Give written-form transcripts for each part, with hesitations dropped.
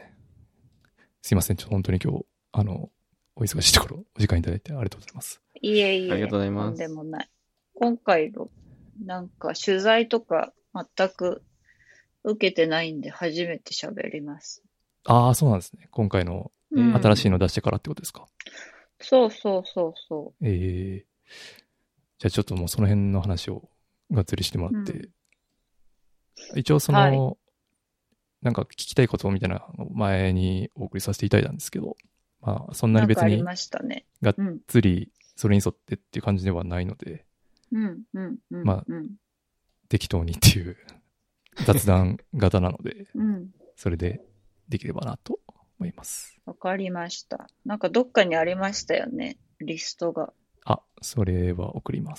ね。すいません。本当に今日、お忙しいところ、お時間いただいてありがとうございます。 いえいえ。 ありがとうございます。 とんでもない。今回の、なんか取材とか全く受けてないんで初めて喋ります。 ああ、そうなんですね。今回の新しいの出してからってことですか。 そうそうそうそう。 じゃあちょっともうその辺の話をがっつりしてもらって、一応はい、なんか聞きたいことみたいなのを前にお送りさせていただいたんですけど、まあそんなに別にがっつりそれに沿ってっていう感じではないので、まあ適当にっていう雑談型なので、それでできればなと思います。 わかりました。なんかどっかにありましたよね、リストが。 あ、それは送ります。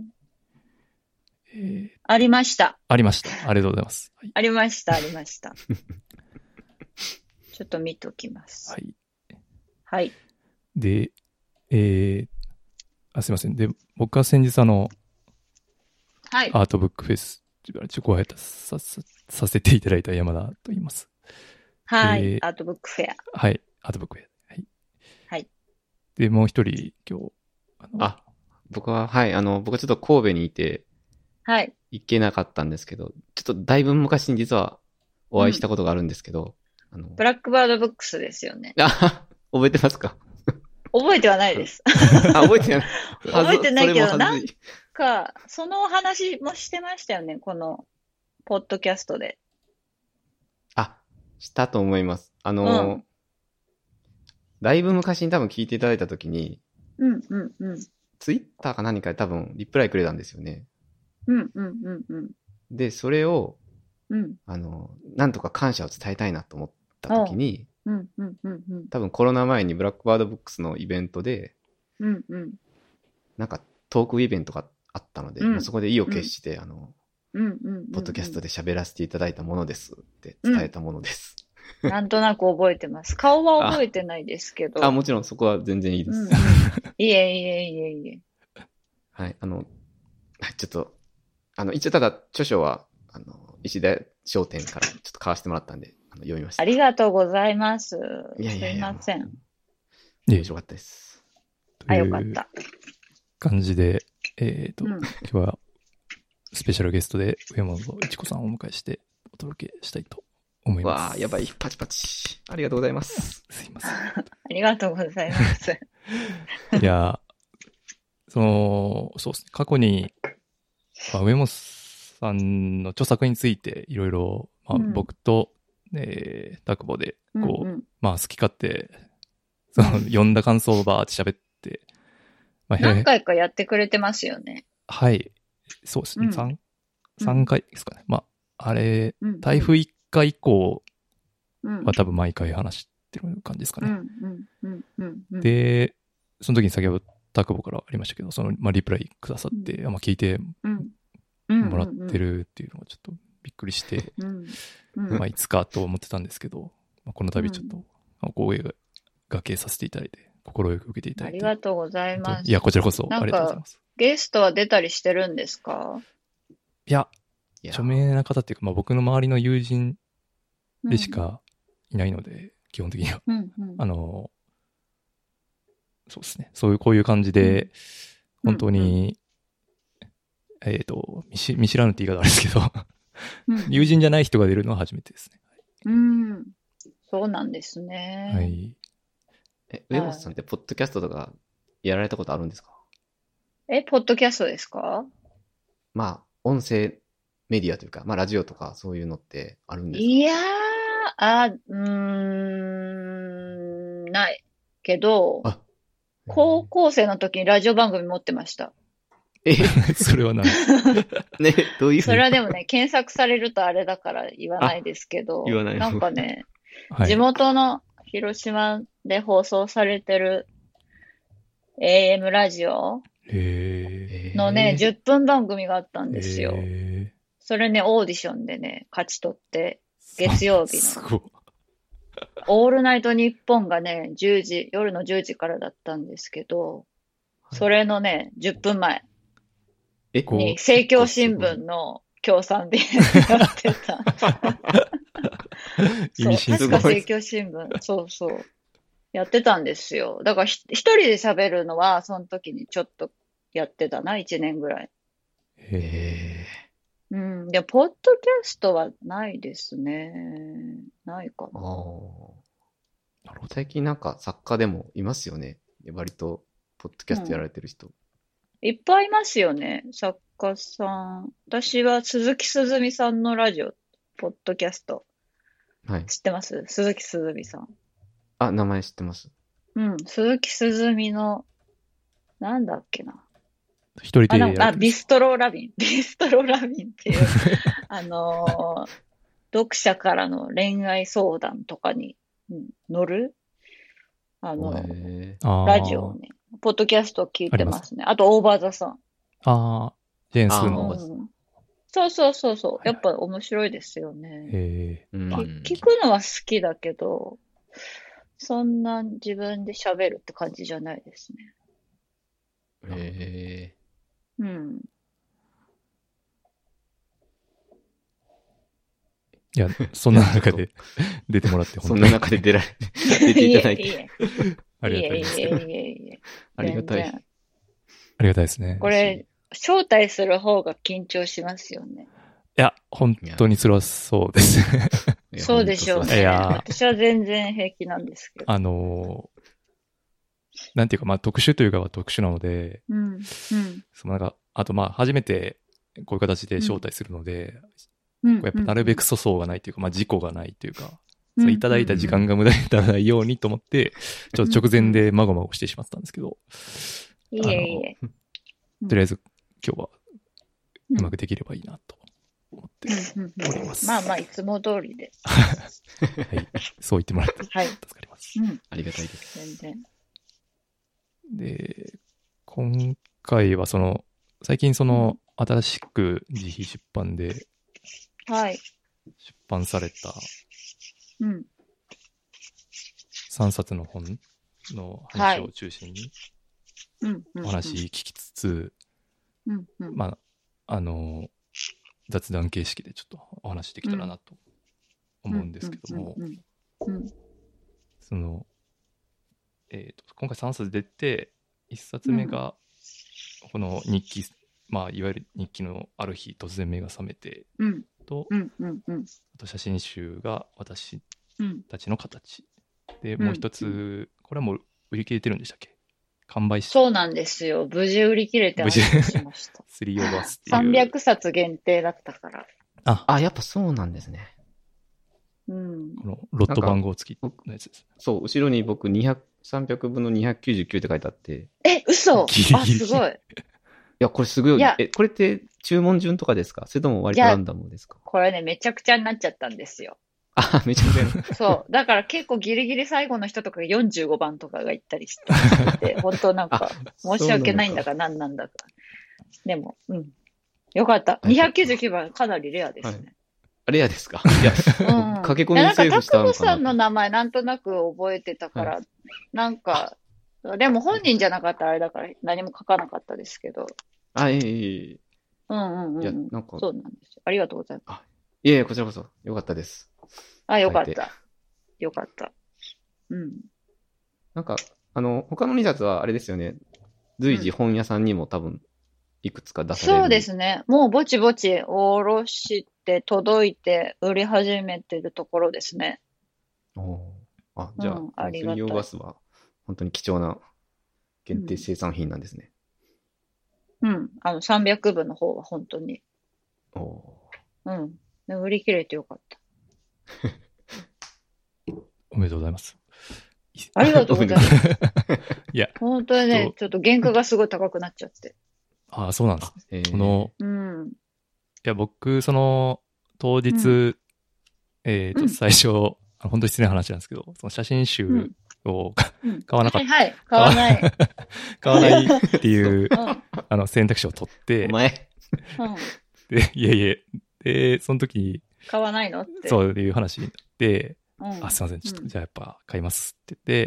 ありました。 ありました。ありがとうございます。 ありました、ありました。ちょっと見ときます。 はい。 はい。 で、すいません。で、僕は先日はい、アートブックフェスご挨拶させていただいた山田と言います。 はい、アートブックフェア。 はい、アートブックフェア。はい。 はい。 で、もう一人、今日、 僕は、はい、僕はちょっと神戸にいて、 はい。 行けなかったんですけど、ちょっとだいぶ昔に実はお会いしたことがあるんですけど、 ブラックバードブックスですよね。 覚えてますか？ 覚えてはないです。 覚えてない。 覚えてないけど、なんか、その話もしてましたよね、この、ポッドキャストで。 したと思います。だいぶ昔に多分聞いていただいたときに、ツイッターか何かで多分リプライくれたんですよね。で、それを、なんとか感謝を伝えたいなと思ったときに、多分コロナ前にブラックバードブックスのイベントで、なんかトークイベントがあったので、もうそこで意を決して、ポッドキャストで喋らせていただいたものですって伝えたものです。 なんとなく覚えてます。顔は覚えてないですけど。 もちろんそこは全然いいです。 いえ。 はい、ちょっと、一応ただ著書は、石田商店からちょっと買わせてもらったんで、読みました。 ありがとうございます。すいません。 面白かったです。 よかった。 感じで、今日はスペシャルゲストで上本一子さんをお迎えしてお届けしたいと思います。 わあ、やばい。パチパチ。ありがとうございます。 すいません。ありがとうございます。 いや、そうですね。過去に、上本さんの著作についていろいろ、僕と、タクボで、好き勝手、読んだ感想をバーって喋って、 何回かやってくれてますよね。 はい。そうですね。3回ですかね。あれ、台風1回以降は多分毎回話してる感じですかね。で、その時に先ほどタクボからありましたけど、リプライくださって、聞いてもらってるっていうのがちょっとびっくりして、いつかと思ってたんですけど、この度ちょっとお声がけさせていただいて、心よく受けていただいて。 ありがとうございます。 いや、こちらこそありがとうございます。 ゲストは出たりしてるんですか？ いや、著名な方っていうか、僕の周りの友人でしかいないので、基本的には。そうですね。こういう感じで、本当に、見知らぬって言い方あれですけど、友人じゃない人が出るのは初めてですね。 そうなんですね。 はい。 上本さんってポッドキャストとかやられたことあるんですか？ ポッドキャストですか？ 音声メディアというか、ラジオとかそういうのってあるんですか？ いやー、ないけど、高校生の時にラジオ番組持ってました。 それは何ね、どういうそれはでもね、検索されるとあれだから言わないですけど、 言わないなんかね、地元の広島で放送されてる AM ラジオのね、10分番組があったんですよ。それね、オーディションでね、勝ち取って、月曜日の。オールナイトニッポンがね、夜の10時からだったんですけど、それのね、10分前に、政教新聞の協賛でやってた。そう、確か政教新聞、そうそう、やってたんですよ。だから一人で喋るのは、その時にちょっとやってたな、1年ぐらい。 へうん。でも、ポッドキャストはないですね。ないかな。 なるほど。最近なんか作家でもいますよね。割と、ポッドキャストやられてる人。 いっぱいいますよね。作家さん。私は鈴木すずみさんのラジオ、ポッドキャスト。 はい。 知ってます？鈴木すずみさん。 あ、名前知ってます。 うん。鈴木すずみの、なんだっけな。 一人でビストロラビン。ビストロラビンっていう、読者からの恋愛相談とかに乗る、ラジオをね、ポッドキャスト聞いてますね。あと、オーバーザさん。 ジェーンスーの。 そう。やっぱ面白いですよね。聞くのは好きだけど、そんな自分で喋るって感じじゃないですね。うん。 いや、そんな中で出てもらって、 そんな中で出ていただいて。 ありがたいです。 ありがたい。 ありがたいですね。 これ、招待する方が緊張しますよね。 いや、本当に辛そうです。 そうでしょうね。私は全然平気なんですけど。 なんていうか、まあ特殊というかは特殊なので、あとまあ初めてこういう形で招待するので、やっぱなるべく粗相がないというか、まあ事故がないというか、いただいた時間が無駄にならないようにと思って、ちょっと直前でまごまごしてしまったんですけど、 いえ。 とりあえず今日はうまくできればいいなと思っております。 まあまあ、いつも通りで。 はい。そう言ってもらって助かります。 ありがたいです。 全然。 で、今回は最近新しく自費出版で、出版された、3冊の本の話を中心に、お話聞きつつ、まあ、雑談形式でちょっとお話できたらなと思うんですけども、今回3冊出て、1冊目が、この日記、まあ、いわゆる日記のある日突然目が覚めて、と、あと写真集が私たちの形。で、もう一つ、これはもう売り切れてるんでしたっけ？完売して。 そうなんですよ。無事売り切れてしました。 3オーバースっていう。 300冊限定だったから。 やっぱそうなんですね。 このロット番号付きのやつです。 そう、後ろに僕300分の299って書いてあって。 嘘ギリギリすごい。 いや、これすごい。これって注文順とかですか？それとも割とランダムですか？ これね、めちゃくちゃになっちゃったんですよ。 めちゃくちゃ。 そう。だから結構ギリギリ最後の人とか45番とかが行ったりして、本当なんか、申し訳ないんだか何なんだか。でも、よかった。299番かなりレアですね。 レアですか？いや、駆け込みセーブしたのかな。 なんか、タクボさんの名前なんとなく覚えてたから、なんか、でも本人じゃなかったらあれだから何も書かなかったですけど。 いや、なんか。 そうなんですよ。ありがとうございます。 いえ、こちらこそ。よかったです。 よかった。よかった。 なんか、他の2冊はあれですよね。随時本屋さんにも多分、いくつか出される。 そうですね。もうぼちぼちおろして届いて売り始めてるところですね。 じゃあ、3オーバースは本当に貴重な限定生産品なんですね。 300部の方は本当に。売り切れてよかった。 おめでとうございます。 ありがとうございます。 いや、 本当にね、ちょっと原価がすごい高くなっちゃって。 そうなんですね。いや、僕、当日、最初、本当に失礼な話なんですけど、その写真集を買わなかった。 買わない。 買わないっていう、 選択肢を取って、 お前で、いえいえ、で、その時に、 買わないのって。 そういう話になって、すいません、ちょっと、じゃあやっぱ買いますって言って、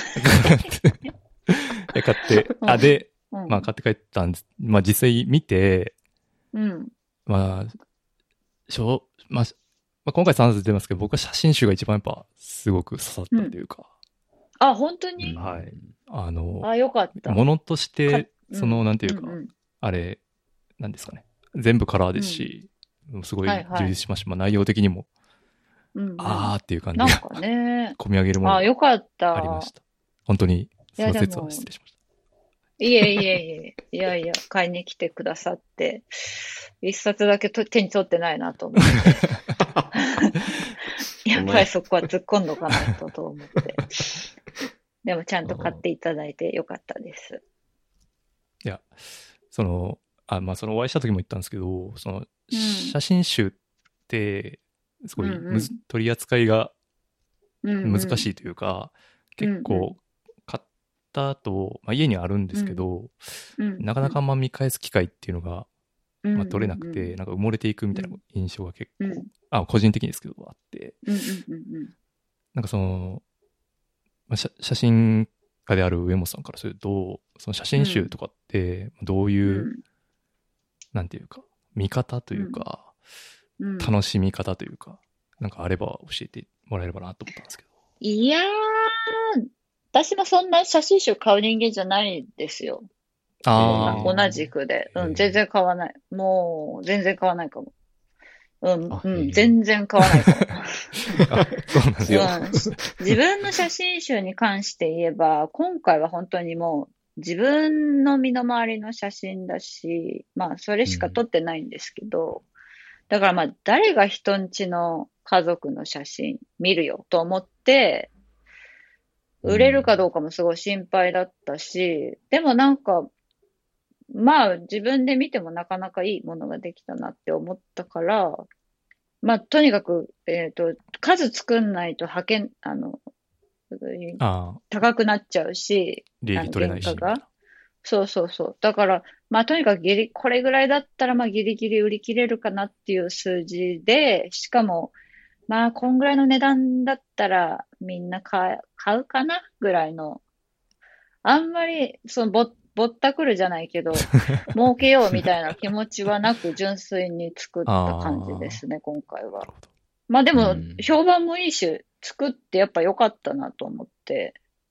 買って、で、まあ買って帰ったんです。まあ実際見て、まあ、まあ今回3冊出ますけど、僕は写真集が一番やっぱすごく刺さったというか。 本当に？ はい。 よかった。 ものとして、なんていうか、あれ、なんですかね。全部カラーですし、すごい充実しました。まあ内容的にも、っていう感じが、 なんかね、 込み上げるものがありよかった。 ました。本当に、その説は失礼しました。 いえ。いや、買いに来てくださって、一冊だけ手に取ってないなと思って。やっぱりそこは突っ込んどかないと思って。でもちゃんと買っていただいてよかったです。 いや、まあ、お会いした時も言ったんですけど、写真集って、すごい取り扱いが難しいというか、結構、買った後、まあ、家にあるんですけど、なかなか見返す機会っていうのが、まあ、取れなくて、なんか埋もれていくみたいな印象が結構、個人的にですけど、あって、なんかまあ、写真家である上本さんからすると、その写真集とかって、どういう、なんていうか、見方というか、楽しみ方というか、なんかあれば教えてもらえればなと思ったんですけど。 いやー、私もそんな写真集買う人間じゃないですよ。同じくで。全然買わない。もう、全然買わないかも。全然買わないかも。 そうなんですよ。 自分の写真集に関して言えば、今回は本当にもう自分の身の回りの写真だし、まあそれしか撮ってないんですけど、だからまあ誰が人んちの家族の写真見るよと思って、売れるかどうかもすごい心配だったし、でもなんか、まあ自分で見てもなかなかいいものができたなって思ったから、まあとにかく、数作んないと高くなっちゃうし、 利益取れないし。 そう。だから、まあとにかくこれぐらいだったらまあギリギリ売り切れるかなっていう数字で、しかも、まあこんぐらいの値段だったらみんな買うかなぐらいの、あんまりぼったくるじゃないけど、儲けようみたいな気持ちはなく純粋に作った感じですね、今回は。まあでも、評判もいいし、作ってやっぱ良かったなと思って。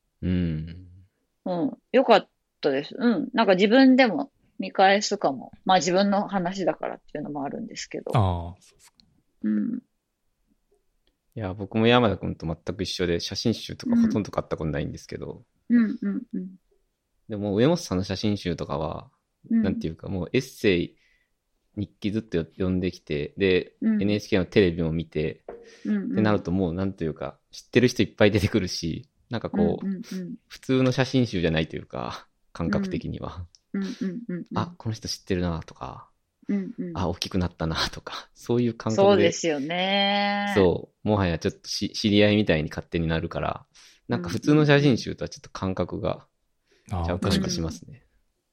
良かったです。なんか自分でも見返すかも。まあ自分の話だからっていうのもあるんですけど。 そうですか。 いや、僕も山田君と全く一緒で、写真集とかほとんど買ったことないんですけど。でも、上本さんの写真集とかは、なんていうか、もうエッセイ、日記ずっと読んできて、で、NHK のテレビも見て、ってなるともう、なんというか、知ってる人いっぱい出てくるし、なんかこう、普通の写真集じゃないというか、感覚的には。この人知ってるなとか、大きくなったなとか、そういう感覚で。 そうですよね。 そう、もはやちょっと知り合いみたいに勝手になるから、なんか普通の写真集とはちょっと感覚が、ちゃう感じがしますね。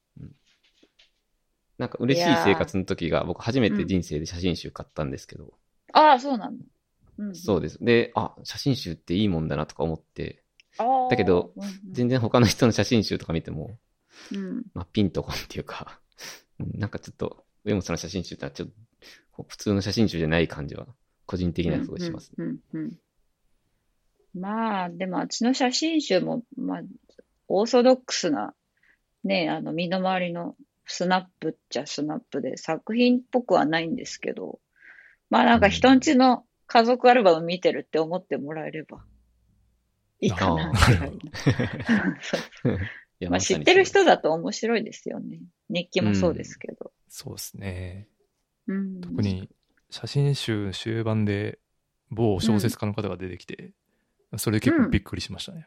なんか嬉しい生活の時が、僕初めて人生で写真集買ったんですけど。 そうなんだ。 そうです。で、写真集っていいもんだなとか思って、だけど、全然他の人の写真集とか見ても、まあピンとこんっていうか、なんかちょっと、上本さんの写真集ってのはちょっと、普通の写真集じゃない感じは、個人的にはすごいしますね。 まあ、でもあっちの写真集も、まあ、オーソドックスな、ね、身の回りのスナップっちゃスナップで、作品っぽくはないんですけど、まあなんか人んちの家族アルバム見てるって思ってもらえればいいかな。まあ知ってる人だと面白いですよね。日記もそうですけど。 そうですね。特に写真集終盤で某小説家の方が出てきて、それで結構びっくりしましたね。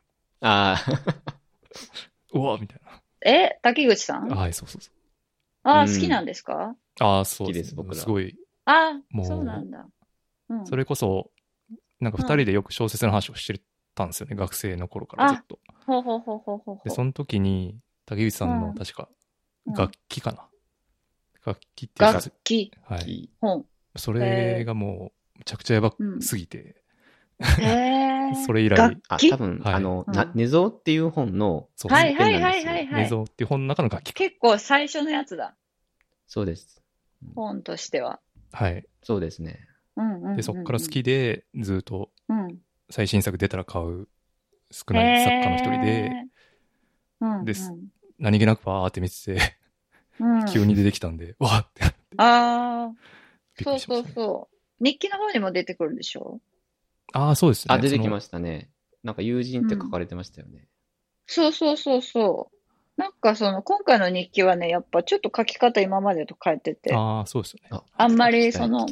うわみたいな。 滝口さん？ はい、そう。 好きなんですか？ そうです。僕すごい。 もうそうなんだ。 それこそ、なんか二人でよく小説の話をしてたんですよね、学生の頃からずっと。 ほう。 で、その時に、竹内さんの確か、 楽器かな。楽器って楽器。 はい。 本。 それがもう、めちゃくちゃやばすぎて。それ以来。 楽器多分、寝相っていう本の、 はいはいはいはい。 寝相っていう本の中の楽器。 結構最初のやつだ。 そうです。 本としては。 はい。 そうですね。 で、そっから好きで、ずっと、最新作出たら買う少ない作家の一人で、で、何気なくバーって見てて、急に出てきたんで、わーってなって。 ああ。そうそうそう。日記の方にも出てくるでしょ？ ああ、そうですね。 出てきましたね。なんか友人って書かれてましたよね。 そうそうそうそう。なんか今回の日記はね、やっぱちょっと書き方今までと変えてて。 ああ、そうですよね。 あんまり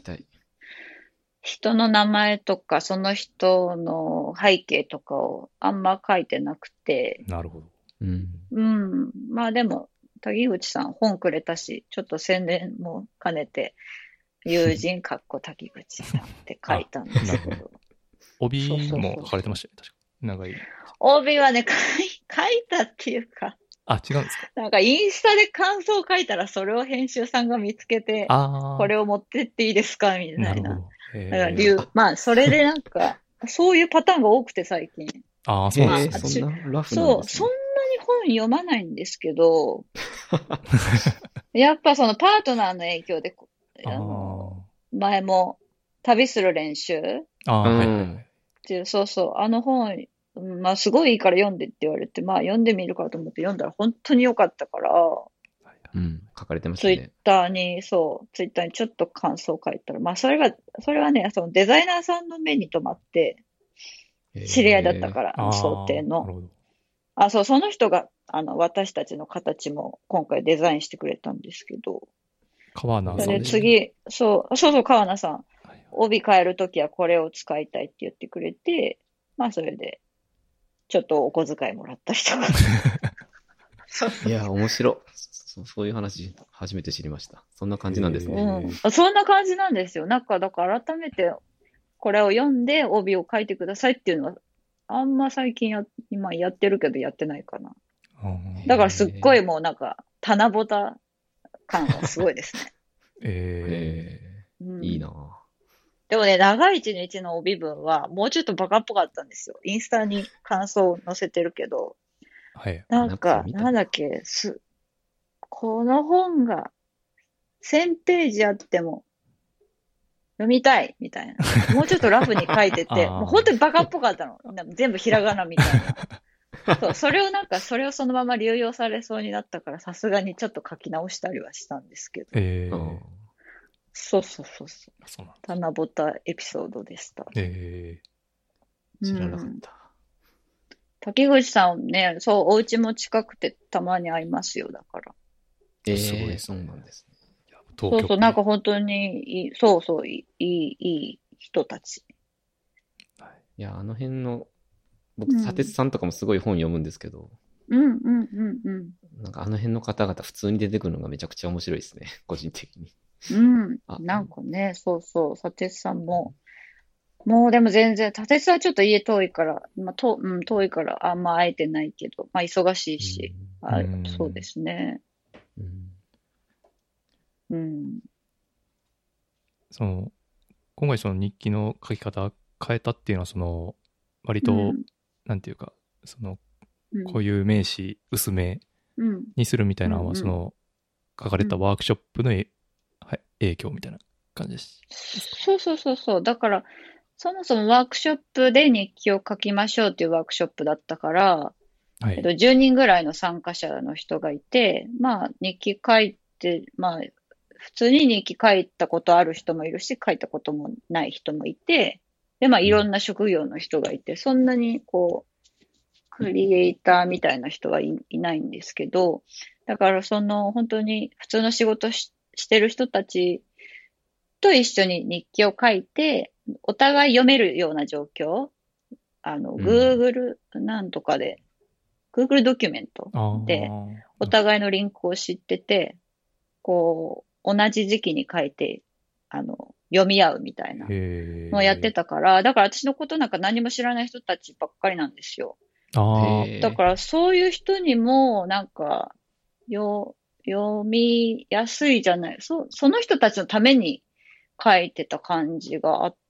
人の名前とか、その人の背景とかをあんま書いてなくて。 なるほど。 まあでも、滝口さん本くれたし、ちょっと宣伝も兼ねて、友人かっこ滝口さんって書いたんですけど。 帯も書かれてましたね、確か。長い。 帯はね、書いたっていうか。 あ、違うんですか？ なんかインスタで感想を書いたら、それを編集さんが見つけて、これを持ってっていいですかみたいな。まあ、それでなんか、そういうパターンが多くて最近。 ああ、そうなんですね。そんなラフなんですね。 そう、そんなに本読まないんですけど、やっぱそのパートナーの影響で、前も旅する練習っていう、そうそう、あの本、まあすごいいいから読んでって言われて、まあ読んでみるかと思って読んだら本当に良かったから、 書かれてましたね。 ツイッターにちょっと感想を書いたら、まあそれはね、そのデザイナーさんの目に留まって、知り合いだったから、想定の。そう、その人が、私たちの形も今回デザインしてくれたんですけど。 川名さん。 で、次、そう、川名さん。帯変えるときはこれを使いたいって言ってくれて、まあそれで、ちょっとお小遣いもらった人が。 いや、面白。そういう話、初めて知りました。そんな感じなんですね。 そんな感じなんですよ。なんか、だから改めて、これを読んで帯を書いてくださいっていうのは、あんま最近今やってるけどやってないかな。だからすっごいもうなんか、棚ぼた感がすごいですね。 いいなぁ。 でもね、長い一日の帯文はもうちょっとバカっぽかったんですよ。インスタに感想を載せてるけど。 はい。 なんか、なんだっけ、この本が1000ページあっても読みたいみたいな。もうちょっとラフに書いてて、もう本当にバカっぽかったの。全部ひらがなみたいな。そう、それをそのまま流用されそうになったから、さすがにちょっと書き直したりはしたんですけど。そう。棚ぼたエピソードでした。 知らなかった。 滝口さんね、そう、お家も近くてたまに会いますよ、だから。 すごい、そうなんですね。 そう、なんか本当にいい人たち。 いや、あの辺の、僕、砂鉄さんとかもすごい本読むんですけど、なんかあの辺の方々普通に出てくるのがめちゃくちゃ面白いですね、個人的に。 なんかね、そう、砂鉄さんも、もうでも全然、砂鉄さんはちょっと家遠いから、遠いからあんま会えてないけど、まあ忙しいし、そうですね。 今回その日記の書き方変えたっていうのは割と、なんていうか、こういう名詞、薄めにするみたいなのは、書かれたワークショップの影響みたいな感じです。 そう。だから、そもそもワークショップで日記を書きましょうっていうワークショップだったから、10人ぐらいの参加者の人がいて、まあ、日記書いて、まあ、普通に日記書いたことある人もいるし、書いたこともない人もいて、で、まあ、いろんな職業の人がいて、そんなにクリエイターみたいな人はいないんですけど、だから本当に普通の仕事してる人たちと一緒に日記を書いて、お互い読めるような状況、Google なんとかで、Google ドキュメントで、お互いのリンクを知ってて、同じ時期に書いて、読み合うみたいなのをやってたから、だから私のことなんか何も知らない人たちばっかりなんですよ。だからそういう人にも、なんか、 読みやすいじゃない。その人たちのために書いてた感じがあって、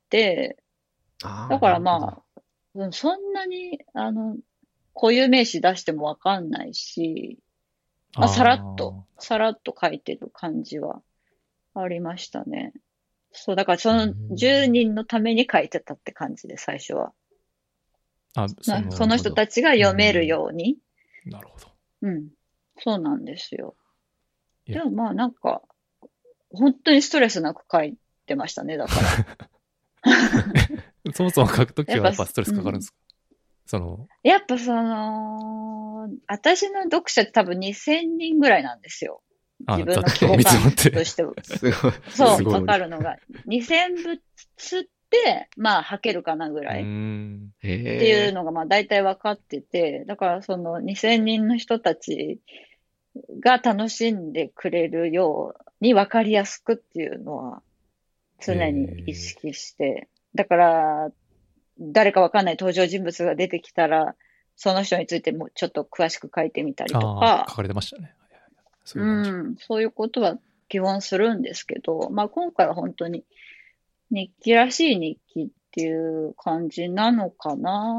だからまあ、そんなに、固有名詞出してもわかんないし、まあ、さらっと書いてる感じはありましたね。そう、だからその10人のために書いてたって感じで、最初は。その人たちが読めるように。 なるほど。 うん。そうなんですよ。でもまあなんか、本当にストレスなく書いてましたね、だから。 そもそも書くときはやっぱストレスかかるんですか？ やっぱ私の読者って多分2000人ぐらいなんですよ。自分の規模感としては。 すごい。 そう、わかるのが。2000部つって、まあ、吐けるかなぐらい。っていうのが、まあ、大体分かってて、だからその2000人の人たちが楽しんでくれるように分かりやすくっていうのは、常に意識して、だから、誰か分かんない登場人物が出てきたら、その人についてもちょっと詳しく書いてみたりとか。 書かれてましたね。 そういうことは基本するんですけど、まあ今回は本当に日記らしい日記っていう感じなのかな。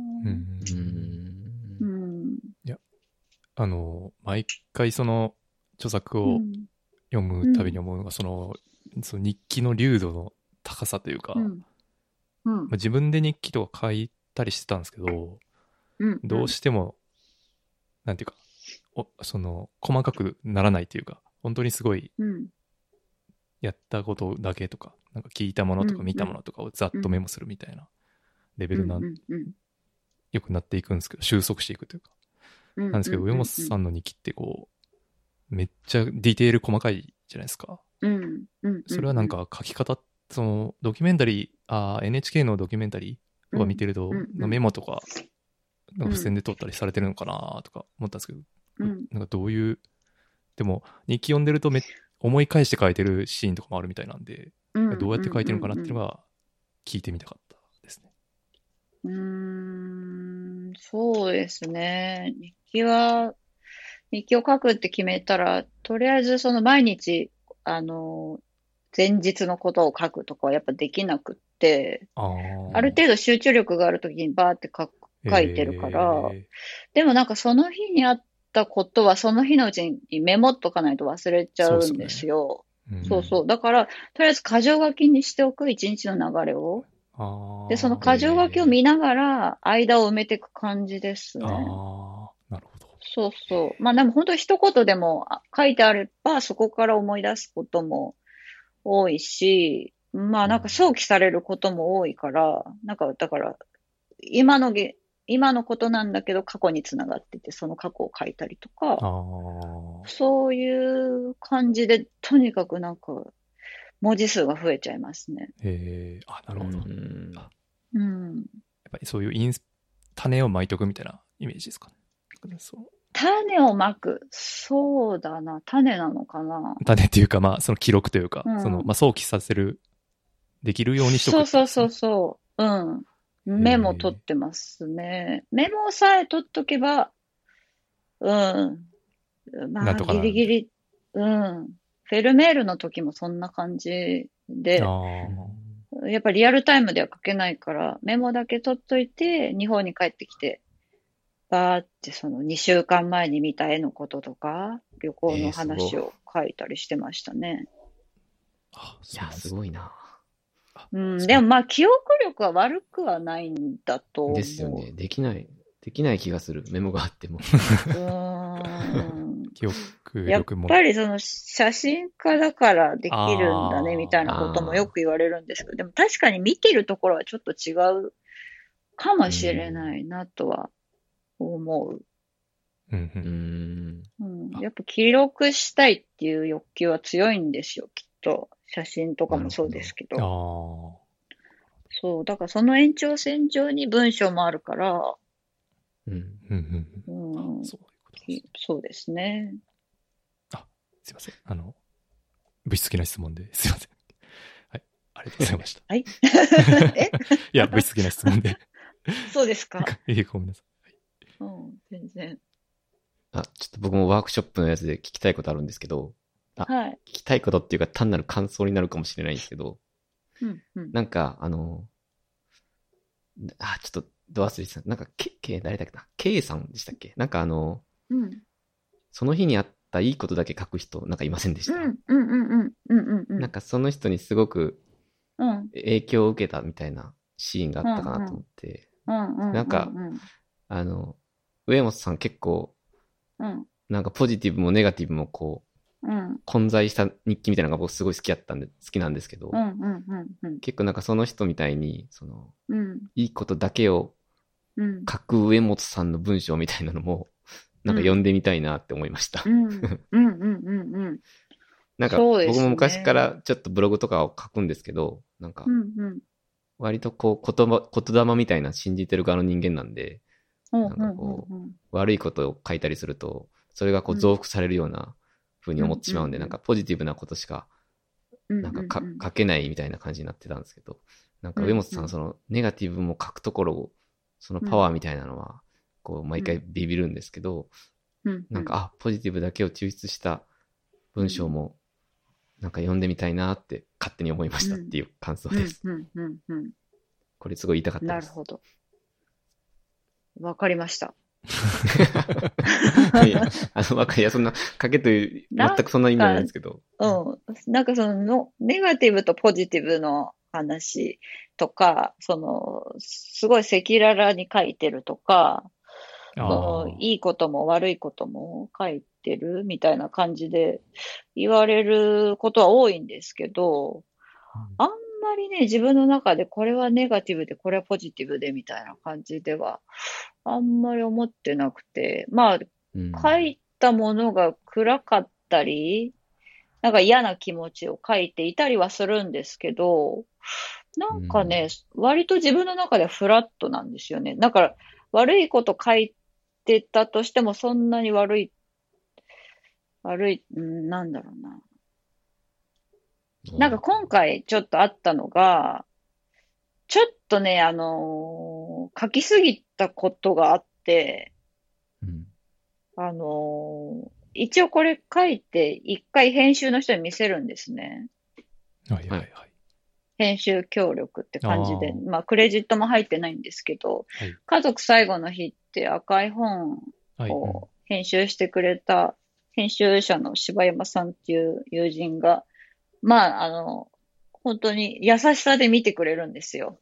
いや、毎回その著作を読むたびに思うのが、その日記の流度の高さというか、自分で日記とか書いたりしてたんですけど、どうしても、なんていうか、細かくならないというか、本当にすごい、やったことだけとか、なんか聞いたものとか見たものとかをざっとメモするみたいなレベルよくなっていくんですけど、収束していくというか。なんですけど、上本さんの日記ってめっちゃディテール細かいじゃないですか。それはなんか書き方、ドキュメンタリー、NHK のドキュメンタリーとか見てると、メモとか、なんか付箋で撮ったりされてるのかなとか思ったんですけど、なんかどういう、でも日記読んでると思い返して書いてるシーンとかもあるみたいなんで、どうやって書いてるのかなっていうのが聞いてみたかったですね。 そうですね。日記を書くって決めたら、とりあえず毎日、前日のことを書くとかはやっぱできなくって、ある程度集中力があるときにバーって書いてるから、でもなんかその日にあったことはその日のうちにメモっとかないと忘れちゃうんですよ。そう。だから、とりあえず箇条書きにしておく、一日の流れを。で、その箇条書きを見ながら、間を埋めていく感じですね。 なるほど。 そう。まあでも本当に一言でも書いてあれば、そこから思い出すことも多いし、まあなんか想起されることも多いから、なんかだから、今のことなんだけど過去につながってて、その過去を書いたりとか、そういう感じで、とにかくなんか、文字数が増えちゃいますね。 なるほど。やっぱりそういう種をまいとくみたいなイメージですかね。 種をまく。そうだな。種なのかな。 種っていうか、まあ、その記録というか、想起させる、できるようにしとく、ね。 そう。メモ取ってますね。メモさえ取っとけば、まあ、ギリギリ、フェルメールの時もそんな感じで、やっぱりリアルタイムでは書けないから、メモだけ取っといて、日本に帰ってきて、バーって2週間前に見た絵のこととか、旅行の話を書いたりしてましたね。 いや、すごいな。 でもまあ、記憶力は悪くはないんだと思う。 ですよね。できない気がする。メモがあっても。 記憶力も。やっぱり写真家だからできるんだね、みたいなこともよく言われるんですけど、でも確かに見てるところはちょっと違うかもしれないなとは思う。やっぱ記録したいっていう欲求は強いんですよ、きっと。写真とかもそうですけど。そう、だからその延長線上に文章もあるから、そうですね。 すいません。物質的な質問ですいません。はい。ありがとうございました。 はい。 いや、物質的な質問で。 そうですか。 ごめんなさい。 全然。 ちょっと僕もワークショップのやつで聞きたいことあるんですけど、 はい。 聞きたいことっていうか単なる感想になるかもしれないんですけど、なんか、ちょっと、ど忘れてた。なんか、誰だっけな ?K さんでしたっけなんかその日にあったいいことだけ書く人、なんかいませんでした？なんかその人にすごく影響を受けたみたいなシーンがあったかなと思って、なんか、上本さん結構、なんかポジティブもネガティブもこう、混在した日記みたいなのが僕すごい好きなんですけど、結構なんかその人みたいに、いいことだけを書く上本さんの文章みたいなのも、なんか読んでみたいなって思いました。なんか僕も昔からちょっとブログとかを書くんですけど、なんか、割とこう言霊みたいな信じてる側の人間なんで、なんかこう、悪いことを書いたりすると、それがこう増幅されるような風に思ってしまうんで、なんかポジティブなことしか、なんか書けないみたいな感じになってたんですけど、なんか上本さんそのネガティブも書くところを、そのパワーみたいなのは、こう毎回ビビるんですけど、なんか、ポジティブだけを抽出した文章も、なんか読んでみたいなって勝手に思いましたっていう感想です。これすごい言いたかったです。 なるほど。わかりました。 いや、そんな、書けという、全くそんな意味ないんですけど。 なんかネガティブとポジティブの話とか、すごい赤裸々に書いてるとか、いいことも悪いことも書いてるみたいな感じで言われることは多いんですけど、あんまりね、自分の中でこれはネガティブでこれはポジティブでみたいな感じではあんまり思ってなくて、まあ、書いたものが暗かったり、なんか嫌な気持ちを書いていたりはするんですけど、なんかね、割と自分の中でフラットなんですよね。だから悪いこと書いてたとしてもそんなに悪い、なんだろうな。なんか今回ちょっとあったのが、ちょっとね、書きすぎたことがあって、一応これ書いて一回編集の人に見せるんですね。 はいはいはい。 編集協力って感じで、まあクレジットも入ってないんですけど、家族最後の日って赤い本を編集してくれた編集者の柴山さんっていう友人が、まあ本当に優しさで見てくれるんですよ。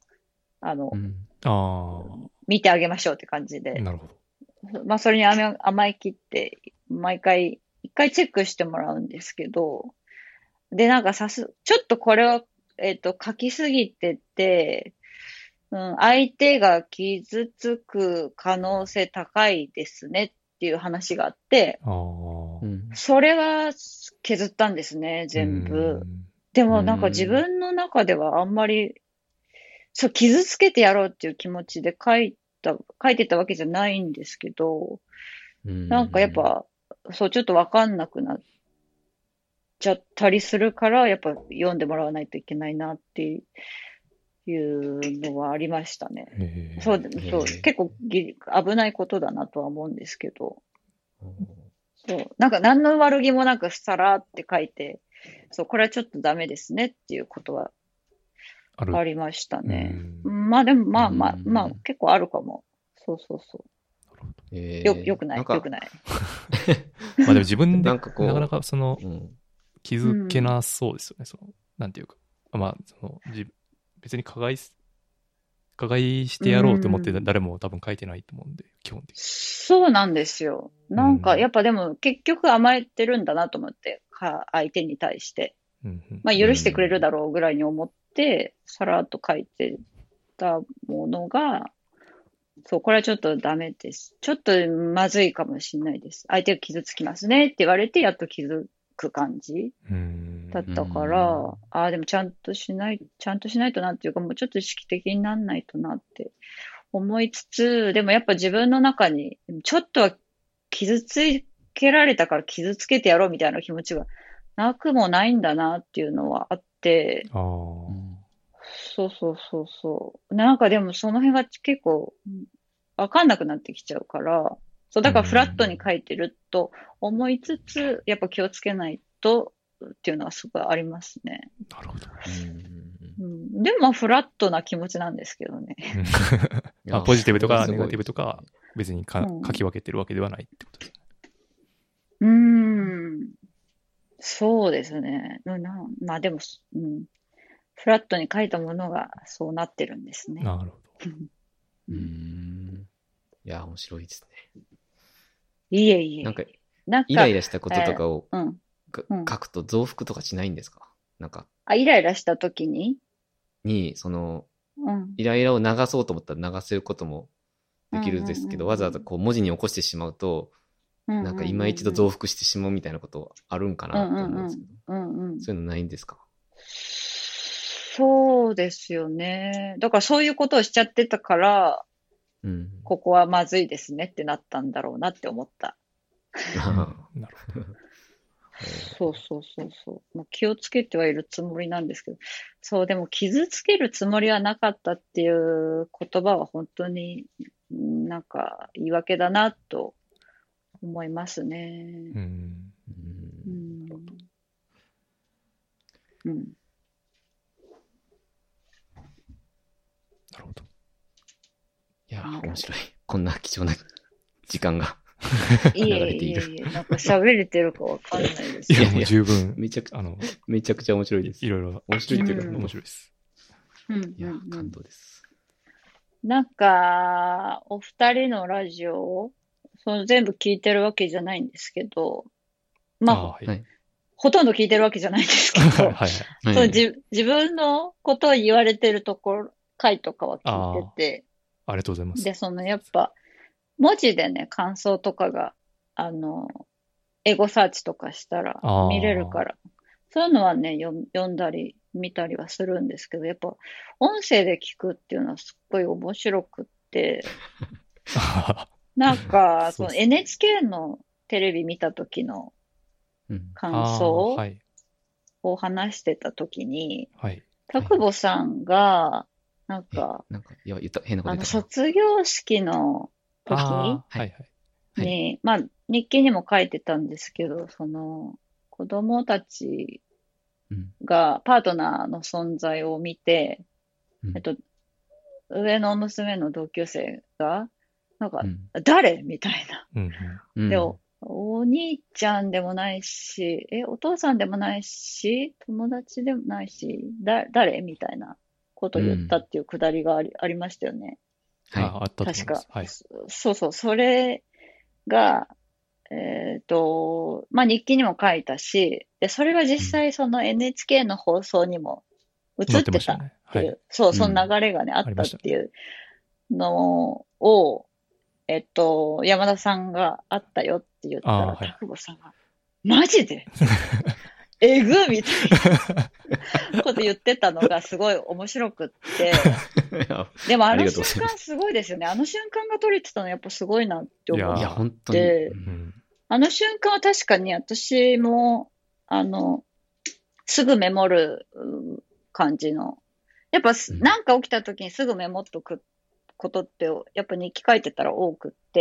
見てあげましょうって感じで。 なるほど。まあそれに甘え切って毎回一回チェックしてもらうんですけど、でなんかちょっとこれは書きすぎてて、相手が傷つく可能性高いですねっていう話があって、それは削ったんですね、全部。でもなんか自分の中ではあんまり、傷つけてやろうっていう気持ちで書いてたわけじゃないんですけど、なんかやっぱ、ちょっとわかんなくなっちゃったりするから、やっぱ読んでもらわないといけないなっていうのはありましたね。そう、結構危ないことだなとは思うんですけど。なんか何の悪気もなくさらって書いて、これはちょっとダメですねっていうことはありましたね。まあでもまあ結構あるかも。そう。よくない。まあでも自分でなかなか気づけなそうですよね。なんていうか。まあ別に加害してやろうと思って誰も多分書いてないと思うんで、基本的に。 そうなんですよ。なんかやっぱでも結局甘えてるんだなと思って、相手に対して。まあ許してくれるだろうぐらいに思って、さらっと書いてたものが、これはちょっとダメです。ちょっとまずいかもしれないです。相手が傷つきますねって言われて、やっと気づく感じだったから、でもちゃんとしないとなっていうか、もうちょっと意識的になんないとなって思いつつ、でもやっぱ自分の中に、ちょっとは傷つけられたから傷つけてやろうみたいな気持ちがなくもないんだなっていうのはあって、そう。なんかでもその辺が結構わかんなくなってきちゃうから、だからフラットに書いてると思いつつ、やっぱ気をつけないとっていうのはすごいありますね。 なるほど。 でもフラットな気持ちなんですけどね。 ポジティブとかネガティブとか別に書き分けてるわけではないってことですね。そうですね。まあでも、フラットに書いたものがそうなってるんですね。 なるほど。 いや、面白いですね。 いえいえ。 なんかイライラしたこととかを書くと増幅とかしないんですか？なんか。 イライラした時にイライラを流そうと思ったら流せることもできるんですけど、わざわざこう文字に起こしてしまうと、なんか今一度増幅してしまうみたいなことあるんかなと思うんですけど、そういうのないんですか？ そうですよね。だからそういうことをしちゃってたから、ここはまずいですねってなったんだろうなって思った。 なるほど。 そう。もう気をつけてはいるつもりなんですけど、そう、でも傷つけるつもりはなかったっていう言葉は本当になんか言い訳だなと思いますね。 なるほど。 いや、面白い。こんな貴重な時間が。 いえ、なんか喋れてるかわかんないです。 いや、もう十分。 めちゃくちゃ面白いです。 いろいろ。 面白いっていうか、 面白いです。 いや、感動です。 なんか、お二人のラジオを、全部聞いてるわけじゃないんですけど、まあ、ほとんど聞いてるわけじゃないんですけど、自分のことを言われてる回とかは聞いてて、 ありがとうございます。 で、やっぱ、文字でね、感想とかが、エゴサーチとかしたら見れるから、そういうのはね、読んだり見たりはするんですけど、やっぱ、音声で聞くっていうのはすっごい面白くって、なんか、NHK のテレビ見た時の感想を話してた時に、田久保さんが、なんか、卒業式の時に、まあ、日記にも書いてたんですけど、子供たちがパートナーの存在を見て、上の娘の同級生が、なんか、誰みたいな。で、お兄ちゃんでもないし、お父さんでもないし、友達でもないし、誰みたいなことを言ったっていうくだりがありましたよね。 あったと思います。 確か。そう、それが、まあ、日記にも書いたし、で、それが実際その NHK の放送にも映ってたっていう、その流れがね、あったっていうのを、山田さんがあったよって言ったら、田久保さんが、マジでえぐみたいなこと言ってたのがすごい面白くって。でもあの瞬間すごいですよね。あの瞬間が撮れてたのやっぱすごいなって思って。 いや、本当に。 あの瞬間は確かに私も、すぐメモる感じの。やっぱなんか起きた時にすぐメモっとくことって、やっぱ日記書いてたら多くって。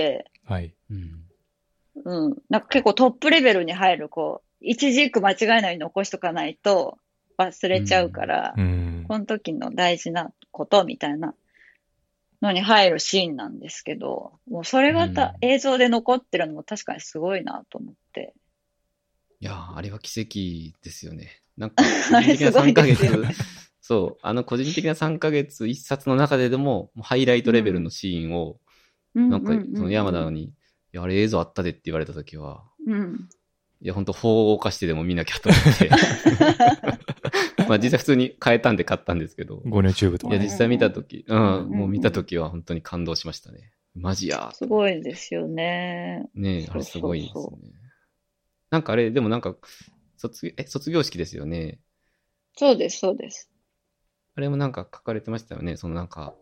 なんか結構トップレベルに入る、一字一句間違えないように残しとかないと忘れちゃうから、この時の大事なことみたいなのに入るシーンなんですけど、もうそれが映像で残ってるのも確かにすごいなと思って。 いやー、あれは奇跡ですよね。なんか、個人的な3ヶ月、そう、個人的な3ヶ月一冊の中ででも、ハイライトレベルのシーンを、なんか、その山田に、いや、あれ映像あったでって言われた時は、いや、ほんと法を犯してでも見なきゃと思って。まあ実際普通に変えたんで買ったんですけど。 ゴネチューブとか。 いや、実際見たとき、もう見たときは本当に感動しましたね。マジや。 すごいですよね。 ねえ、あれすごいですね。なんかあれ、でもなんか、卒業式ですよね。 そうです、そうです。 あれもなんか書かれてましたよね。なんか、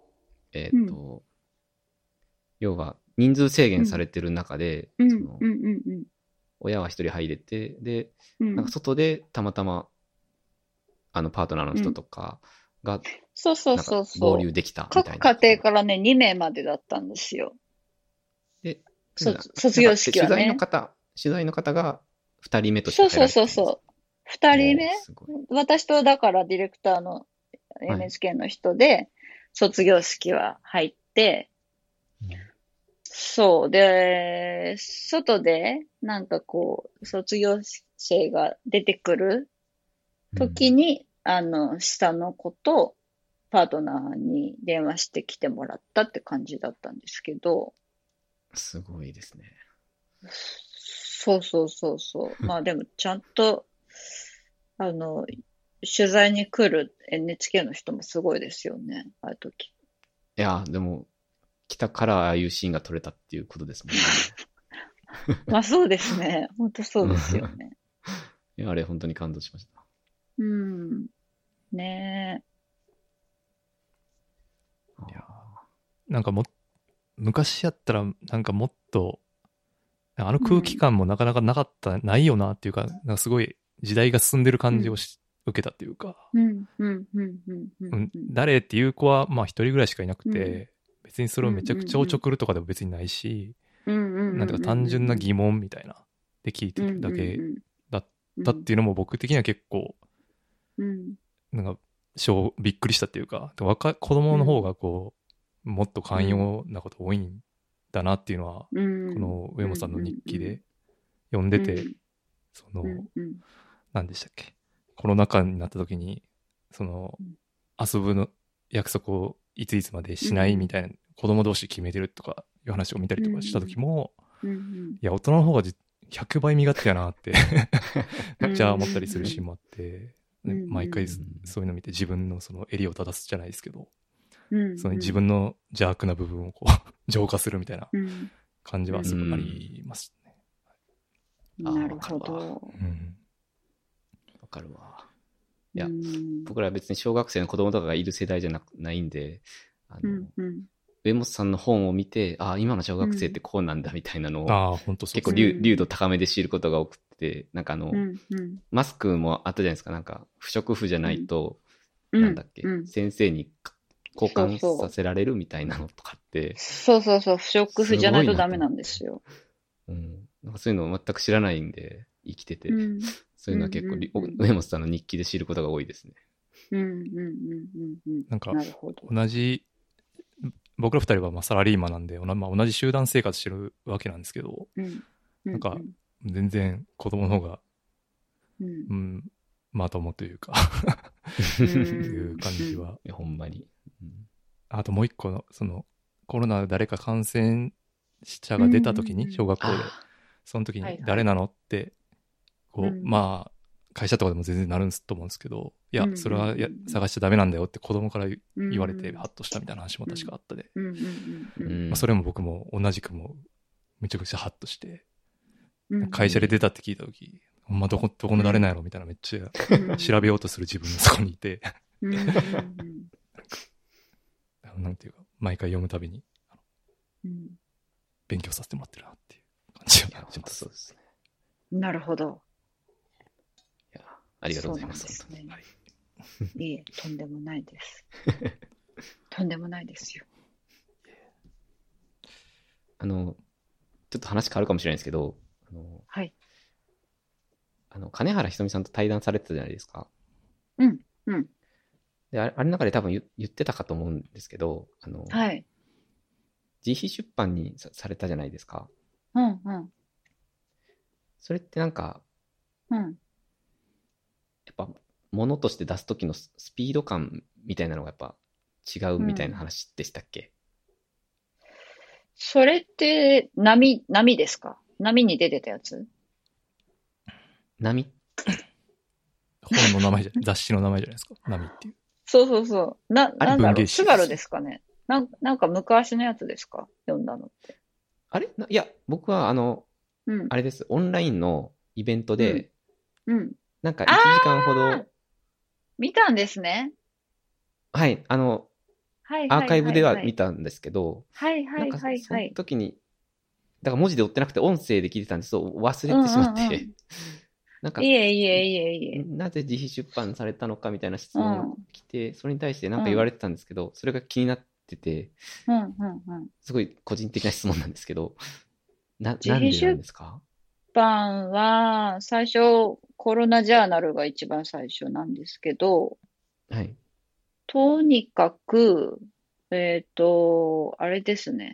要は人数制限されてる中で、親は一人入れて、で、なんか外でたまたま、パートナーの人とかが、合流できたみたいな。 各家庭からね、2名までだったんですよ。 で、 卒業式はね。 取材の方、 取材の方が2人目として入られてたんですか？ そう。2人目、私とだからディレクターの NHK の人で、卒業式は入って、そう。で、外で、なんかこう、卒業生が出てくる時に、下の子とパートナーに電話してきてもらったって感じだったんですけど。 すごいですね。 そう。まあでも、ちゃんと、取材に来る NHK の人もすごいですよね、ああいう時。 いや、でも、来たからああいうシーンが撮れたっていうことですもんね。 まあそうですね。本当そうですよね。 いや、あれ本当に感動しました。 ねえ。いや、なんか昔やったら、なんかもっと、あの空気感もなかなかないよなっていうか、なんかすごい時代が進んでる感じを受けたっていうか、誰っていう子はまあ一人ぐらいしかいなくて、別にそれをめちゃくちゃおちょくるとかでも別にないし、なんていうか単純な疑問みたいなで聞いてるだけだったっていうのも僕的には結構、なんかびっくりしたっていうか、子供の方がこう、もっと寛容なこと多いんだなっていうのは、この上本さんの日記で読んでて、その、何でしたっけ、コロナ禍になった時に、その、遊ぶの約束をいついつまでしないみたいな、子供同士決めてるとかいう話を見たりとかした時も、いや、大人の方が100倍身勝手やなってめっちゃ思ったりするシーンもあって、毎回そういうの見て自分のその襟を正すじゃないですけど、その自分の邪悪な部分をこう浄化するみたいな感じはすごくありますね。 なるほど。 わかるわ。いや、僕らは別に小学生の子供とかがいる世代じゃないんで、上本さんの本を見て、今の小学生ってこうなんだみたいなのを、結構流度高めで知ることが多くて、なんかマスクもあったじゃないですか、なんか不織布じゃないと、なんだっけ、先生に交換させられるみたいなのとかって。 そう。不織布じゃないとダメなんですよ。 なんかそういうのを全く知らないんで、生きてて。そういうのは結構、上本さんの日記で知ることが多いですね。 なんか、同じ、僕ら二人はまあサラリーマンなんで、同じ集団生活してるわけなんですけど、なんか、全然子供の方が、まともというかっていう感じは。 ほんまに。 あともう一個の、その、コロナ誰か感染者が出た時に、小学校で、その時に誰なのって、こう、まあ、会社とかでも全然なると思うんですけど、いや、それは探しちゃダメなんだよって子供から言われてハッとしたみたいな話も確かあったで、それも僕も同じくもめちゃくちゃハッとして、会社で出たって聞いた時、ほんまどこの誰なんやろみたいなめっちゃ調べようとする自分がそこにいて、なんていうか、毎回読むたびに、勉強させてもらってるなっていう感じがします。 そうですね。なるほど。 いや、ありがとうございます。 そうなんですね。いえ、とんでもないです。とんでもないですよ。 ちょっと話変わるかもしれないですけど、 はい。 金原ひとみさんと対談されてたじゃないですか。で、あれの中で多分言ってたかと思うんですけど、 はい。 自費出版にされたじゃないですか。それってなんか、やっぱ、物として出すときのスピード感みたいなのがやっぱ違うみたいな話でしたっけ？ それって、波ですか？波に出てたやつ？ 波？ 本の名前雑誌の名前じゃないですか。波っていう。 そう。なんだろう、スバルですかね。なんか昔のやつですか？読んだのって。 あれ？いや、僕はあれです。オンラインのイベントで、なんか1時間ほど。 見たんですね。 はい。アーカイブでは見たんですけど、なんかその時に、だから文字で追ってなくて音声で聞いてたんですけど、忘れてしまって、なんか、 いえ。 なぜ自費出版されたのかみたいな質問が来て、それに対してなんか言われてたんですけど、それが気になってて、すごい個人的な質問なんですけど、なんでなんですか？ 版は、最初、コロナジャーナルが一番最初なんですけど、 はい。 とにかく、あれですね。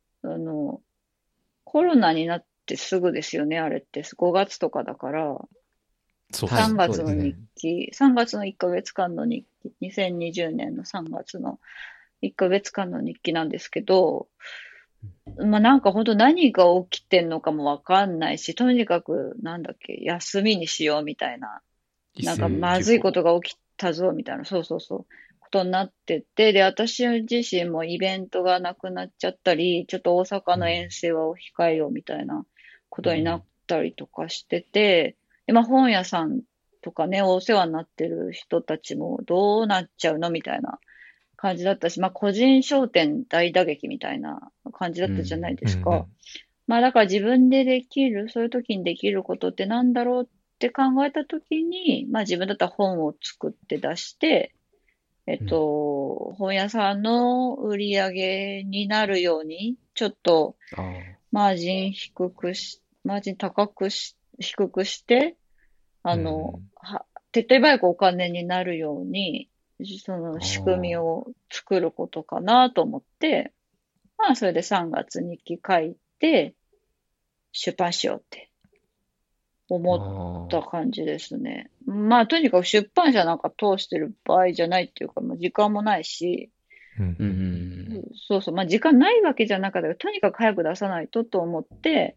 コロナになってすぐですよね、あれって。5月とかだから、 そう 3月のそうですね日記、3月の1ヶ月間の日記、2020年の3月の1ヶ月間の日記なんですけど、まあなんか本当何が起きてんのかもわかんないし、とにかくなんだっけ、休みにしようみたいな、なんかまずいことが起きたぞみたいな、そうそうそう、ことになってて、で、私自身もイベントがなくなっちゃったり、ちょっと大阪の遠征は控えようみたいなことになったりとかしてて、で、まあ本屋さんとかね、お世話になってる人たちもどうなっちゃうのみたいな感じだったし、まあ個人商店大打撃みたいな感じだったじゃないですか。まあだから自分でできる、そういう時にできることってなんだろうって考えた時に、まあ自分だったら本を作って出して、本屋さんの売り上げになるように、ちょっとマージン高くし、低くして、手っ取り早くお金になるように、その仕組みを作ることかなと思って、まあそれで3月日記書いて、出版しようって思った感じですね。まあとにかく出版社なんか通してる場合じゃないっていうか、まあ、時間もないし、そうそう、まあ時間ないわけじゃなかったけど、とにかく早く出さないとと思って、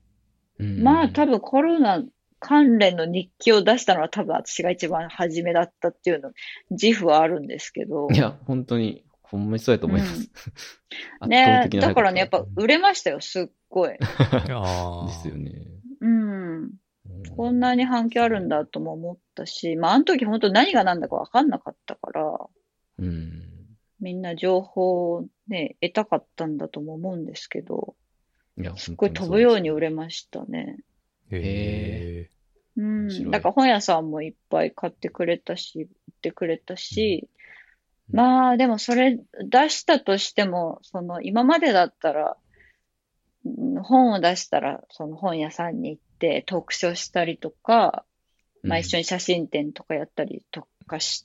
まあ多分コロナ関連の日記を出したのは多分私が一番初めだったっていうの、自負はあるんですけど。 いや、本当に、ほんまにそうやと思います。 ね、だからね、やっぱ売れましたよ、すっごい。 ですよね。 こんなに反響あるんだとも思ったし、まあ、あの時本当何が何だか分かんなかったから、みんな情報をね、得たかったんだとも思うんですけど、すっごい飛ぶように売れましたね。 へえ。だから本屋さんもいっぱい買ってくれたし、売ってくれたし、まあでもそれ出したとしても、今までだったら、本を出したら、その本屋さんに行って読書したりとか、まあ一緒に写真展とかやったりとかして、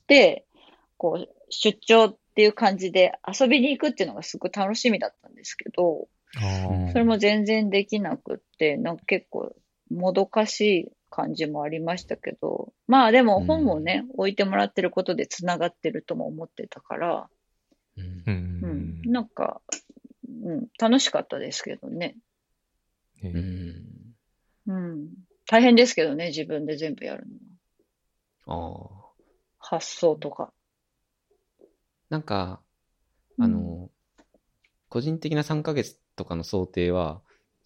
こう、出張っていう感じで遊びに行くっていうのがすごい楽しみだったんですけど、それも全然できなくって、なんか結構もどかしい感じもありましたけど、まあでも本をね、置いてもらってることで繋がってるとも思ってたから、なんか、楽しかったですけどね。大変ですけどね、自分で全部やるのは。発想とか。 なんか、個人的な3ヶ月とかの想定は、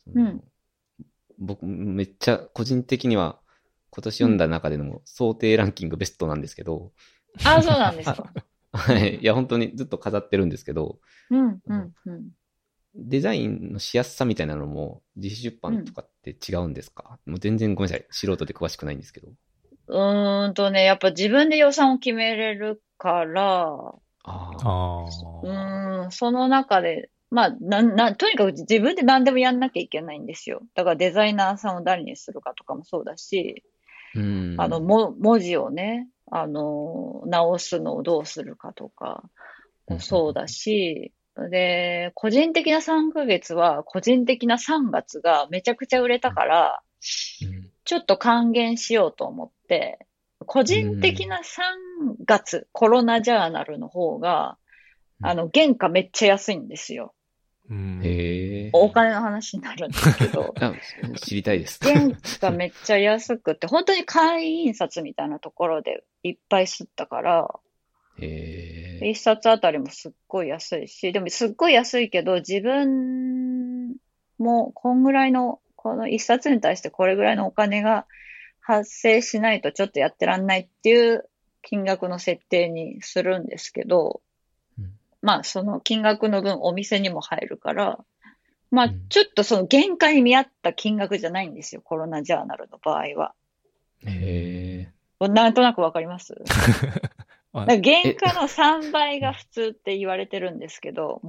僕、めっちゃ個人的には今年読んだ中での想定ランキングベストなんですけど。 あ、そうなんですか。 はい。いや、本当にずっと飾ってるんですけど、デザインのしやすさみたいなのも自費出版とかって違うんですか？もう全然ごめんなさい。素人で詳しくないんですけど。 やっぱ自分で予算を決めれるから、その中で、まあ、とにかく自分で何でもやんなきゃいけないんですよ。だからデザイナーさんを誰にするかとかもそうだし、文字をね、直すのをどうするかとかもそうだし、で、個人的な3ヶ月は、個人的な3月がめちゃくちゃ売れたから、ちょっと還元しようと思って、個人的な3月、コロナジャーナルの方が、原価めっちゃ安いんですよ。お金の話になるんですけど。 知りたいです。 原価めっちゃ安くて、本当に簡易印刷みたいなところでいっぱい吸ったから、一冊あたりもすっごい安いし、でもすっごい安いけど、自分もこんぐらいの、この一冊に対してこれぐらいのお金が発生しないとちょっとやってらんないっていう金額の設定にするんですけど、まあその金額の分お店にも入るから、まあちょっとその限界に見合った金額じゃないんですよ、コロナジャーナルの場合は。なんとなくわかります？原価の3倍が普通って言われてるんですけど、ものっ 、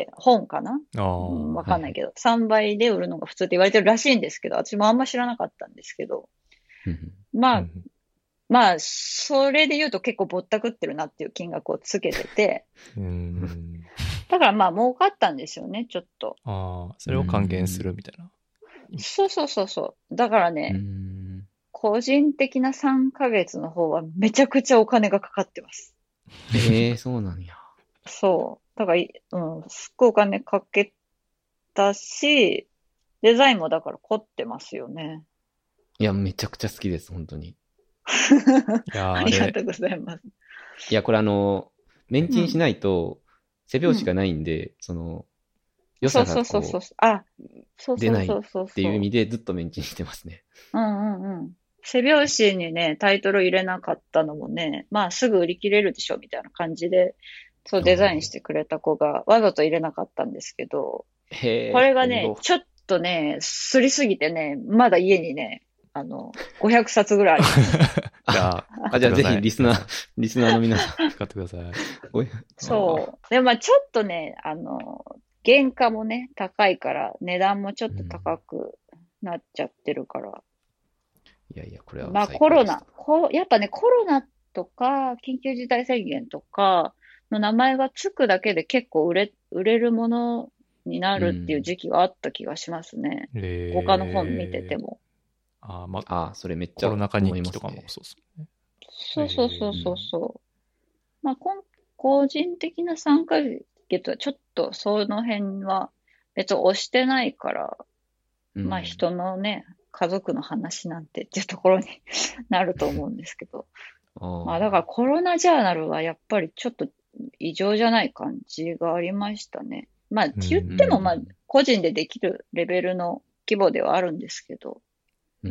本かなわかんないけど、はい、3倍で売るのが普通って言われてるらしいんですけど、私もあんま知らなかったんですけど、まあ、それで言うと結構ぼったくってるなっていう金額をつけてて、だからまあ儲かったんですよね、ちょっと。 ああ、それを還元するみたいな。 そう。だからね、個人的な3ヶ月の方はめちゃくちゃお金がかかってます。 そうなんや。 そう。だから、すっごいお金かけたし、デザインもだから凝ってますよね。 いや、めちゃくちゃ好きです、本当に。 いやありがとうございます。 いや、これメンチンしないと、背拍子がないんで、良さが出ないっていう意味でずっとメンチンしてますね。 背拍子にね、タイトル入れなかったのもね、まあすぐ売り切れるでしょみたいな感じで、そうデザインしてくれた子がわざと入れなかったんですけど、これがね、ちょっとね、すりすぎてね、まだ家にね、500冊ぐらいあります。 じゃあぜひリスナーの皆さん。 使ってください。 そう。で、まあちょっとね、原価もね、高いから、値段もちょっと高くなっちゃってるから。 いやいや、これは。 まあやっぱね、コロナとか、緊急事態宣言とかの名前がつくだけで結構売れるものになるっていう時期があった気がしますね。他の本見てても。 それめっちゃコロナ禍日記とかもそうですね。 そう。まあ、個人的な3ヶ月はちょっとその辺は別に押してないから、まあ人のね、家族の話なんてっていうところになると思うんですけど。まあだからコロナジャーナルはやっぱりちょっと異常じゃない感じがありましたね。まあって言ってもまあ個人でできるレベルの規模ではあるんですけど。 い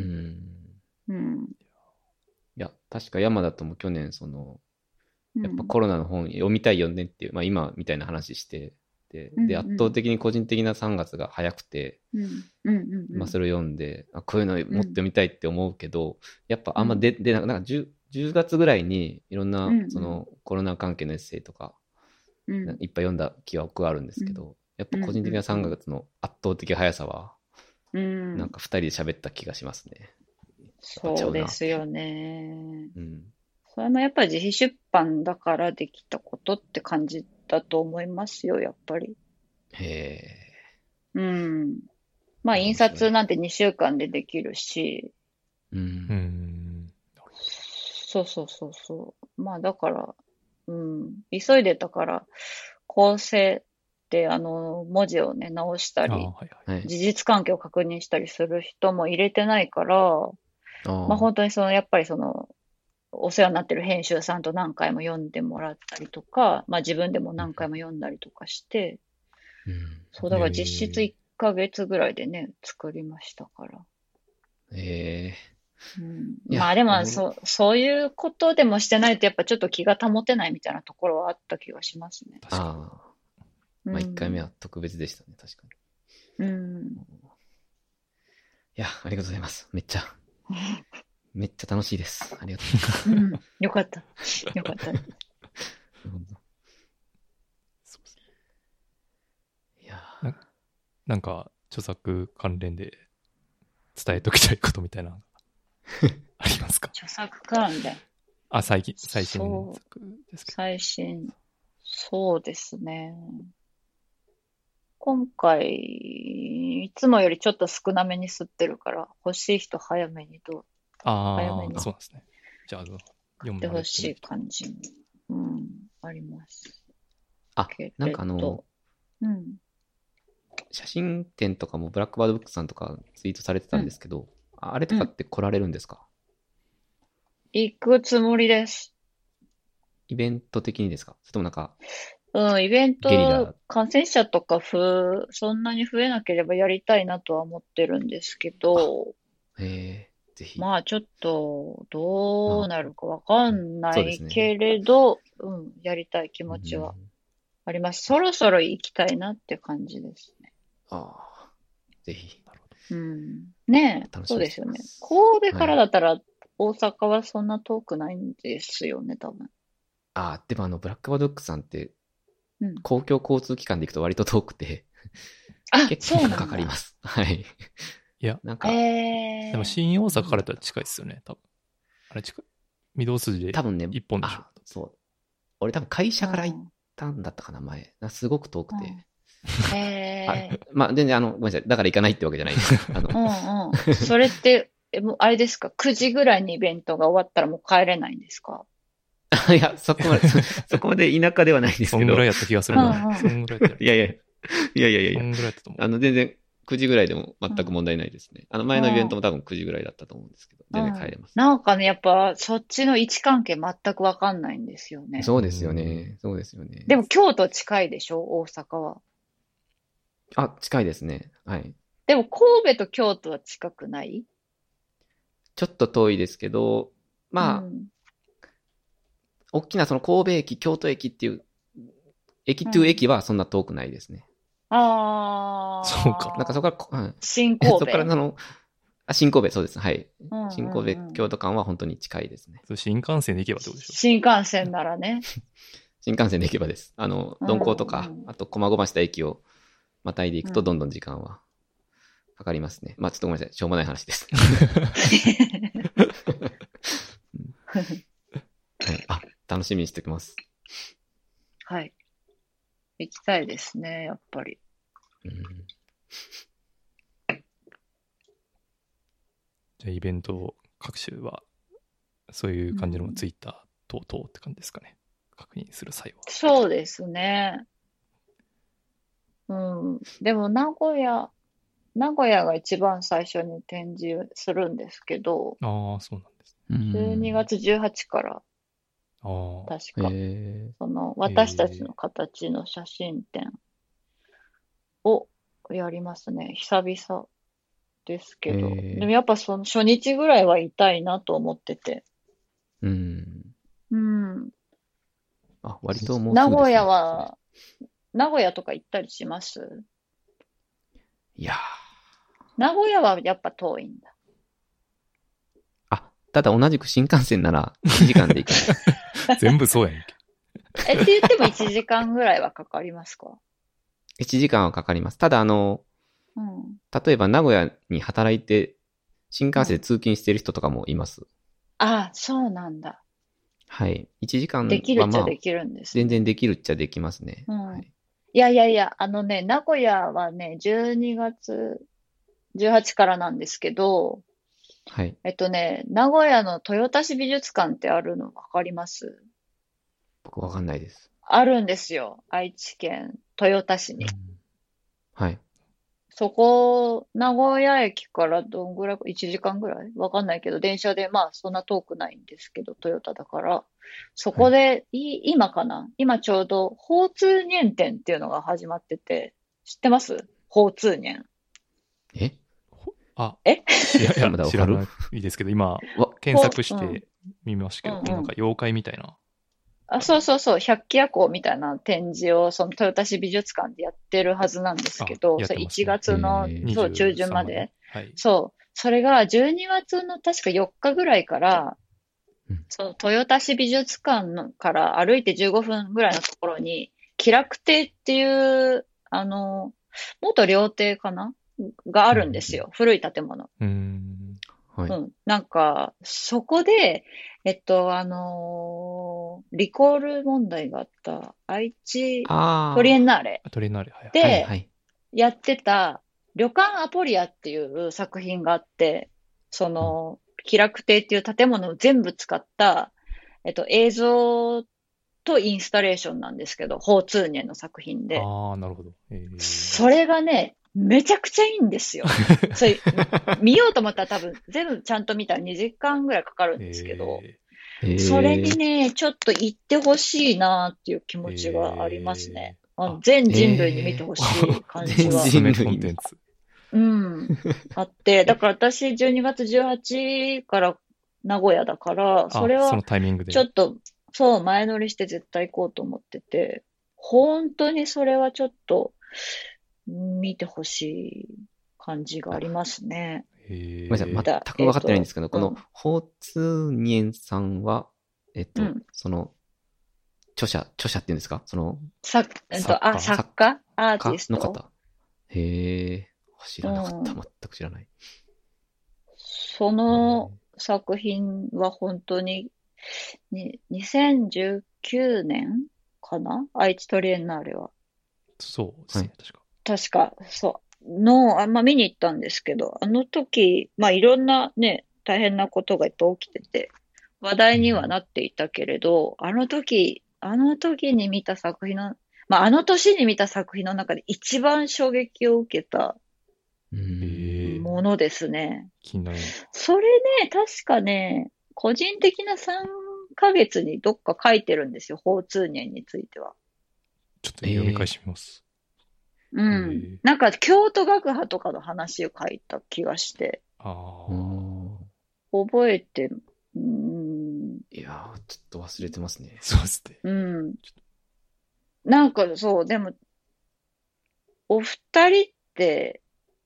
や、確か山田とも去年やっぱコロナの本読みたいよねっていう、まあ今みたいな話して、で、圧倒的に個人的な3月が早くて、まあそれを読んで、こういうのもっと読みたいって思うけど、やっぱあんまなんか10月ぐらいにいろんなコロナ関係のエッセイとか、いっぱい読んだ記憶があるんですけど、やっぱ個人的な3月の圧倒的速さは、なんか2人で喋った気がしますね。 そうですよね。それもやっぱり自費出版だからできたことって感じだと思いますよ、やっぱり。まあ印刷なんて2週間でできるし。そう。まあだから、急いでたから、構成で文字をね、直したり、事実関係を確認したりする人も入れてないから、まあ本当にやっぱりお世話になってる編集さんと何回も読んでもらったりとか、まあ自分でも何回も読んだりとかして、そうだから実質1ヶ月ぐらいでね、作りましたから。まあでもそういうことでもしてないとやっぱちょっと気が保てないみたいなところはあった気がしますね。 まあ1回目は特別でしたね、確かに。いや、ありがとうございます。めっちゃ楽しいです。ありがとうございます。 よかった。 いやなんか著作関連で伝えときたいことみたいなありますか？ 著作関連。 最新作ですけど。 最新。そうですね。今回、いつもよりちょっと少なめに吸ってるから、欲しい人早めに早めに。 そうですね。じゃあ、 読んでほしい感じも、あります。 なんか写真展とかもブラックバードブックさんとかツイートされてたんですけど、あれとかって来られるんですか？ 行くつもりです。 イベント的にですか？それともなんか、 イベント、感染者とかそんなに増えなければやりたいなとは思ってるんですけど、 ぜひ。 まあちょっと、どうなるかわかんないけれど、やりたい気持ちはあります。そろそろ行きたいなって感じですね。 ぜひ。 ねえ、そうですよね。神戸からだったら、大阪はそんな遠くないんですよね、多分。 でもブラックバードブックさんって、 公共交通機関で行くと割と遠くて、結構かかります。はい。 いや、なんか、でも新大阪からだったら近いですよね、多分。あれ近い。御堂筋で。多分ね、一本でしょ。 そう。俺多分会社から行ったんだったかな、前。すごく遠くて。まあ、全然ごめんなさい。だから行かないってわけじゃないです。 それって、あれですか ?9 時ぐらいにイベントが終わったらもう帰れないんですか？ いや、そこまで田舎ではないですけど。 そんぐらいやった気がするな。そんぐらいやった。 いや。 そんぐらいやったと思う。 全然9時ぐらいでも全く問題ないですね。前のイベントも多分9時ぐらいだったと思うんですけど、全然帰れます。 なんかね、やっぱそっちの位置関係全くわかんないんですよね。 そうですよね。 でも京都近いでしょ、大阪は。 近いですね。はい。 でも神戸と京都は近くない？ ちょっと遠いですけど、まあ、大きなその神戸駅、京都駅っていう、駅と駅はそんな遠くないですね。 そうか。 なんかそこから、 新神戸。 そこから新神戸、そうです。はい。新神戸、京都間は本当に近いですね。 新幹線で行けばってことでしょ？ 新幹線ならね。 新幹線で行けばです。鈍行とか、あと、細々した駅をまたいでいくとどんどん時間はかかりますね。まあちょっとごめんなさい。しょうもない話です。はい、楽しみにしておきます。 はい。行きたいですね、やっぱり。 じゃあイベント各種はそういう感じのツイッター等々って感じですかね。確認する際は。 そうですね。でも名古屋が一番最初に展示するんですけど。 そうなんですね。12月18から。確か。その私たちの形の写真展をやりますね。久々ですけど。でもやっぱその初日ぐらいはいたいなと思ってて。 割ともうすぐですね。 名古屋とか行ったりします？ いや名古屋はやっぱ遠いんだ。 ただ同じく新幹線なら1時間で行かない。全部そうやんけ。 って言っても1時間ぐらいはかかりますか ？1時間はかかります。ただ例えば名古屋に働いて新幹線で通勤してる人とかもいます。 そうなんだ。 はい。1時間はできるっちゃできるんです、 全然できるっちゃできますね。 いや、名古屋はね、12月18からなんですけど、 はい。 名古屋の豊田市美術館ってあるのわかります？ 僕わかんないです。 あるんですよ。愛知県豊田市に。 はい。 そこ、名古屋駅からどんぐらい、1時間ぐらいわかんないけど、電車でそんな遠くないんですけど、トヨタだから。そこで、今ちょうど、交通年展っていうのが始まってて、知ってます？交通年。 いや、知らないですけど、今、検索してみましたけど、なんか妖怪みたいな。 そう、百鬼夜行みたいな展示を、その豊田市美術館でやってるはずなんですけど、それ1月の、中旬まで。それが12月の確か4日ぐらいから、豊田市美術館から歩いて15分ぐらいのところに、喜楽亭っていう、元料亭かながあるんですよ。古い建物。なんか、そこで、リコール問題があった愛知トリエンナーレでやってた旅館アポリアっていう作品があって、その喜楽亭っていう建物を全部使った、映像とインスタレーションなんですけど、交通年の作品で。 なるほど。 それがね、めちゃくちゃいいんですよ。それ見ようと思ったら多分全部ちゃんと見たら2時間ぐらいかかるんですけど、それにね、ちょっと行ってほしいなっていう気持ちがありますね。全人類に見てほしい感じは。 全人類コンテンツ。 あって、だから私12月18から名古屋だから、それはちょっと、前乗りして絶対行こうと思ってて、本当にそれはちょっと見てほしい感じがありますね。 ごめんなさい、全く分かってないんですけど、この、ホーツニエンさんは、その、 者っていうんですか？ 作家アーティストの方。へえ、知らなかった。全く知らない。 その作品は本当に、2019年かな？愛知トリエンナーレは。 そうですね、 確か、そう。見に行ったんですけど、あの時、いろんなね、大変なことがいっぱい起きてて、話題にはなっていたけれど、あの時に見た作品の、あの年に見た作品の中で一番衝撃を受けたものですね。それね、確かね、個人的な3ヶ月にどっか書いてるんですよ、法通念については。 ちょっと読み返してみます。 なんか京都学派とかの話を書いた気がして。覚えて、 いやー、ちょっと忘れてますね。 そうですね。 なんかそう、でも、お二人って、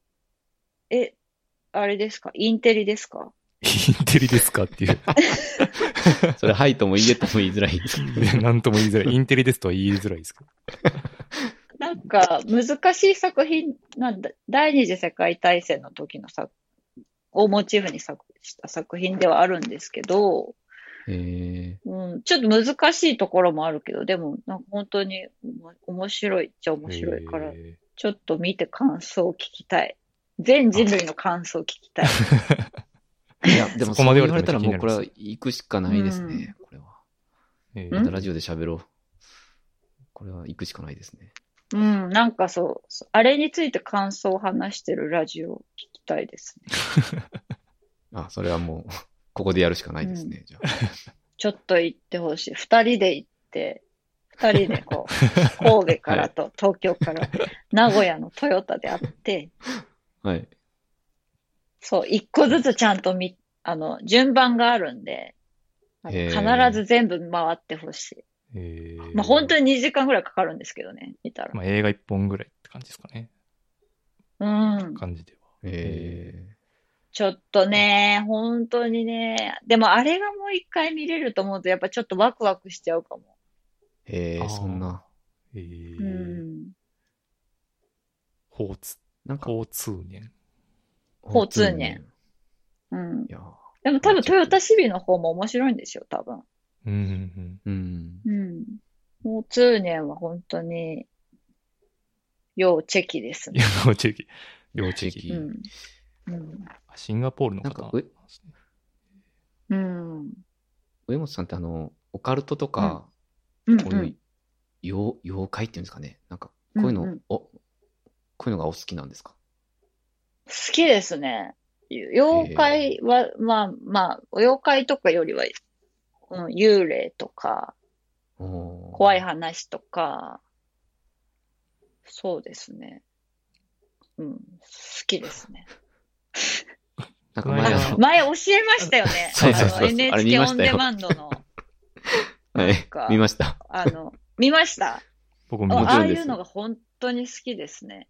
あれですか？インテリですか？ インテリですかっていう。 それ、はいとも言えとも言いづらいです。 なんとも言いづらい。インテリですとは言いづらいですけど。 なんか、難しい作品なんだ。第二次世界大戦の時のをモチーフにした作品ではあるんですけど、ちょっと難しいところもあるけど、でも、なんか本当に面白いっちゃ面白いから、ちょっと見て感想を聞きたい。全人類の感想を聞きたい。 いや、でもそう言われたらもうこれは行くしかないですね、これは。またラジオで喋ろう。これは行くしかないですね。 なんかそう、あれについて感想を話してるラジオを聞きたいですね。それはもう、ここでやるしかないですね、じゃあ。 ちょっと行ってほしい。2人で行って、2人でこう、神戸からと東京から名古屋のトヨタで会って、 はい。 そう、1個ずつちゃんと順番があるんで、必ず全部回ってほしい。本当に2時間ぐらいかかるんですけどね、見たら。 映画1本ぐらいって感じですかね。感じでは。 ちょっとね、本当にね、でもあれがもう一回見れると思うと、やっぱちょっとワクワクしちゃうかも。 そんな。 法通念。 法通念。でも多分トヨタシビの方も面白いんですよ、多分。法通念は本当に、要チェキですね。 要チェキ。シンガポールの方なんですね。 上本さんってオカルトとか、こういう妖怪っていうんですかね。なんか、こういうのがお好きなんですか？ 好きですね。妖怪は、妖怪とかよりは、幽霊とか、怖い話とか、そうですね。好きですね。 なんか前教えましたよね。NHK オンデマンドの。 はい。見ました。 見ました？ 僕もああいうのが本当に好きですね。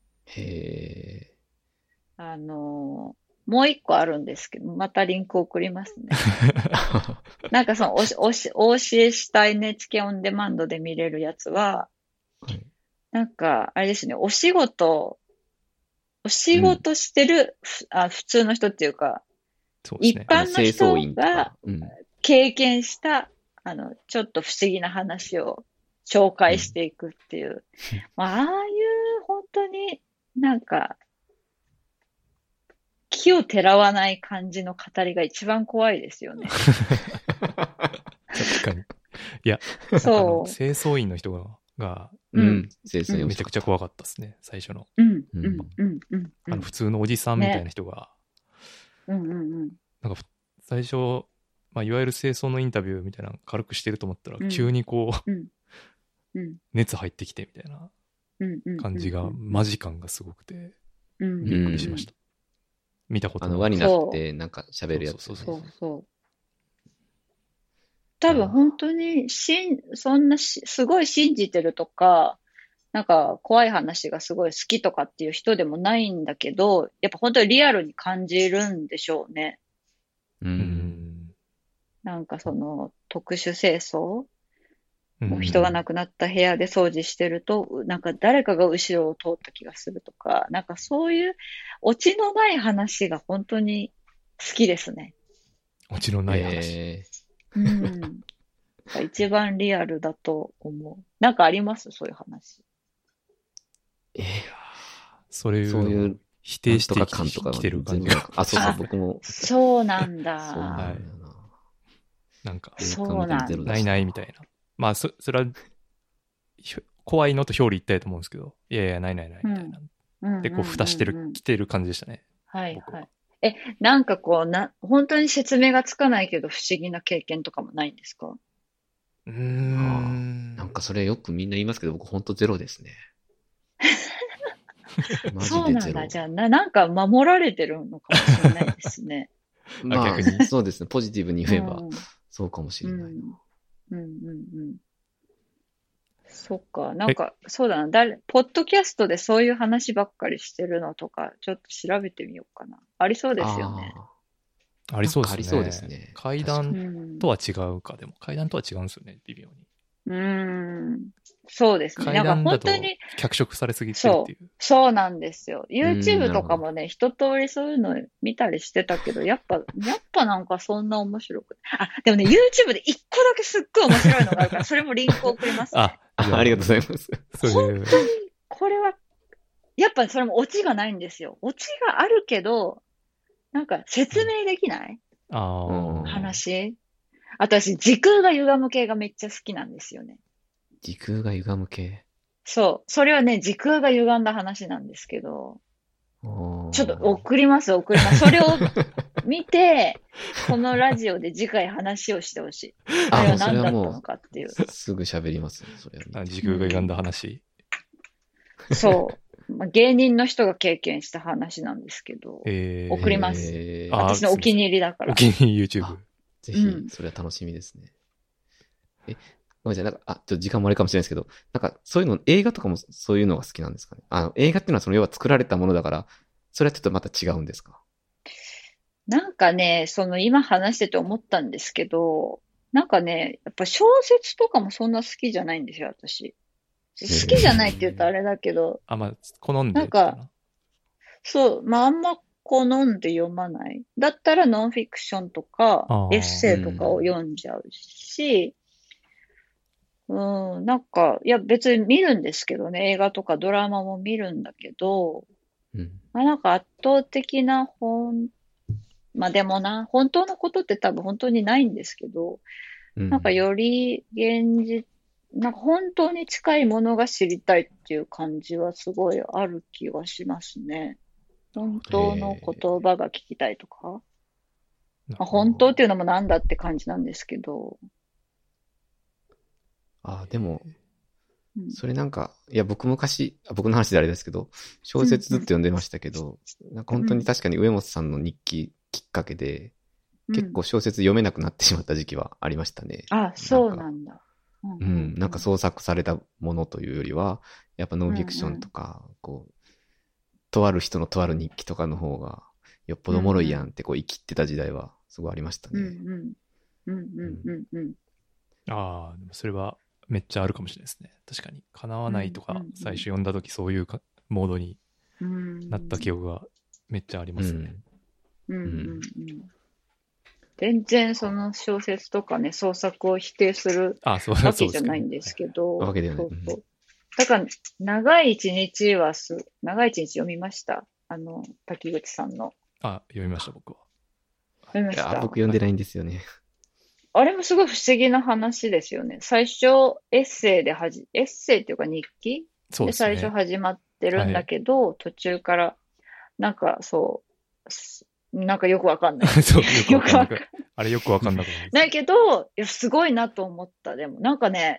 もう一個あるんですけど、またリンク送りますね。なんかお教えした NHK オンデマンドで見れるやつは、なんか、あれですね、お仕事してる、普通の人っていうか、一般の人が経験した、ちょっと不思議な話を紹介していくっていう。ああいう本当になんか、木をてらわない感じの語りが一番怖いですよね。 確かに。いや、 そう。 清掃員の人が、めちゃくちゃ怖かったですね、最初の。普通のおじさんみたいな人が、なんか最初、いわゆる清掃のインタビューみたいなの軽くしてると思ったら、急にこう、熱入ってきてみたいな感じが、マジ感がすごくて、びっくりしました。見たことない。 輪になってなんか喋るやつ。 そう。多分本当にそんなすごい信じてるとか、なんか怖い話がすごい好きとかっていう人でもないんだけど、やっぱ本当にリアルに感じるんでしょうね。なんかその特殊清掃もう人が亡くなった部屋で掃除してると、なんか誰かが後ろを通った気がするとか、なんかそういうオチのない話が本当に好きですね。 オチのない話。 うん。一番リアルだと思う。なんかありますそういう話。 そういう否定してきてる感じが。 あ、そうそう、僕も。 そうなんだ。 はい。なんか、 そうなんだ。 ないみたいな。まあ、それは、怖いのと表裏一体と思うんですけど、いやいや、ないみたいな。で、こう、蓋してきてる感じでしたね。 はいはい。なんかこう、本当に説明がつかないけど不思議な経験とかもないんですか？ なんかそれよくみんな言いますけど、僕本当ゼロですね。 マジでゼロ。そうなんだ。じゃあなんか守られてるのかもしれないですね。 まあ、逆にそうですね。ポジティブに言えば、そうかもしれないな。 そっか。なんか、そうだな。ポッドキャストでそういう話ばっかりしてるのとか、ちょっと調べてみようかな。ありそうですよね。 ありそうですね。 ありそうですね。 階段とは違うか、でも。階段とは違うんですよね、微妙に。 そうですね。 階段だと脚色されすぎてるっていう。 そうなんですよ。YouTube とかもね、一通りそういうの見たりしてたけど、やっぱなんかそんな面白く。でもね、YouTube で一個だけすっごい面白いのがあるから、それもリンク送ります、ね。 ありがとうございます。 本当に、これは、やっぱそれもオチがないんですよ。オチがあるけど、なんか説明できない話。私、時空が歪む系がめっちゃ好きなんですよね。 時空が歪む系？ そう。それはね、時空が歪んだ話なんですけど、ちょっと送ります。それを見て、このラジオで次回話をしてほしい。あれは何だったのかっていう。 すぐ喋ります、それは。時空が歪んだ話。 そう。芸人の人が経験した話なんですけど、送ります。私のお気に入りだから。 お気に入り YouTube。 ぜひ、それは楽しみですね。ごめんなさい、なんか、ちょっと時間もあれかもしれないですけど、なんか、そういうの、映画とかもそういうのが好きなんですかね。映画っていうのは要は作られたものだから、それはちょっとまた違うんですか？ なんかね、今話してて思ったんですけど、なんかね、やっぱ小説とかもそんな好きじゃないんですよ、私。好きじゃないって言うとあれだけど。 好んで。 なんか、そう、あんま好んで読まない。だったらノンフィクションとか、エッセイとかを読んじゃうし、なんか、いや別に見るんですけどね、映画とかドラマも見るんだけど、なんか圧倒的なでもな、本当のことって多分本当にないんですけど、なんかよりなんか本当に近いものが知りたいっていう感じはすごいある気はしますね。本当の言葉が聞きたいとか。本当っていうのもなんだって感じなんですけど。 でも、それなんか、いや、僕の話であれですけど、小説ずっと読んでましたけど、なんか本当に確かに上本さんの日記きっかけで、結構小説読めなくなってしまった時期はありましたね。 そうなんだ。 なんか創作されたものというよりは、やっぱノンフィクションとか、とある人のとある日記とかの方が、よっぽどおもろいやんって生きってた時代はすごいありましたね。 でもそれはめっちゃあるかもしれないですね。確かに。叶わないとか、最初読んだ時そういうモードになった記憶がめっちゃありますね。 全然その小説とかね、創作を否定するわけじゃないんですけど。 わけではない。 だから、長い一日読みました。滝口さんの。 読みました、僕は。 読みました。 僕読んでないんですよね。 あれもすごい不思議な話ですよね。最初、エッセイっていうか日記で最初始まってるんだけど、途中から、なんかなんかよくわかんない。 よくわかんない。あれよくわかんなくない。 だけど、すごいなと思った。でも、なんかね、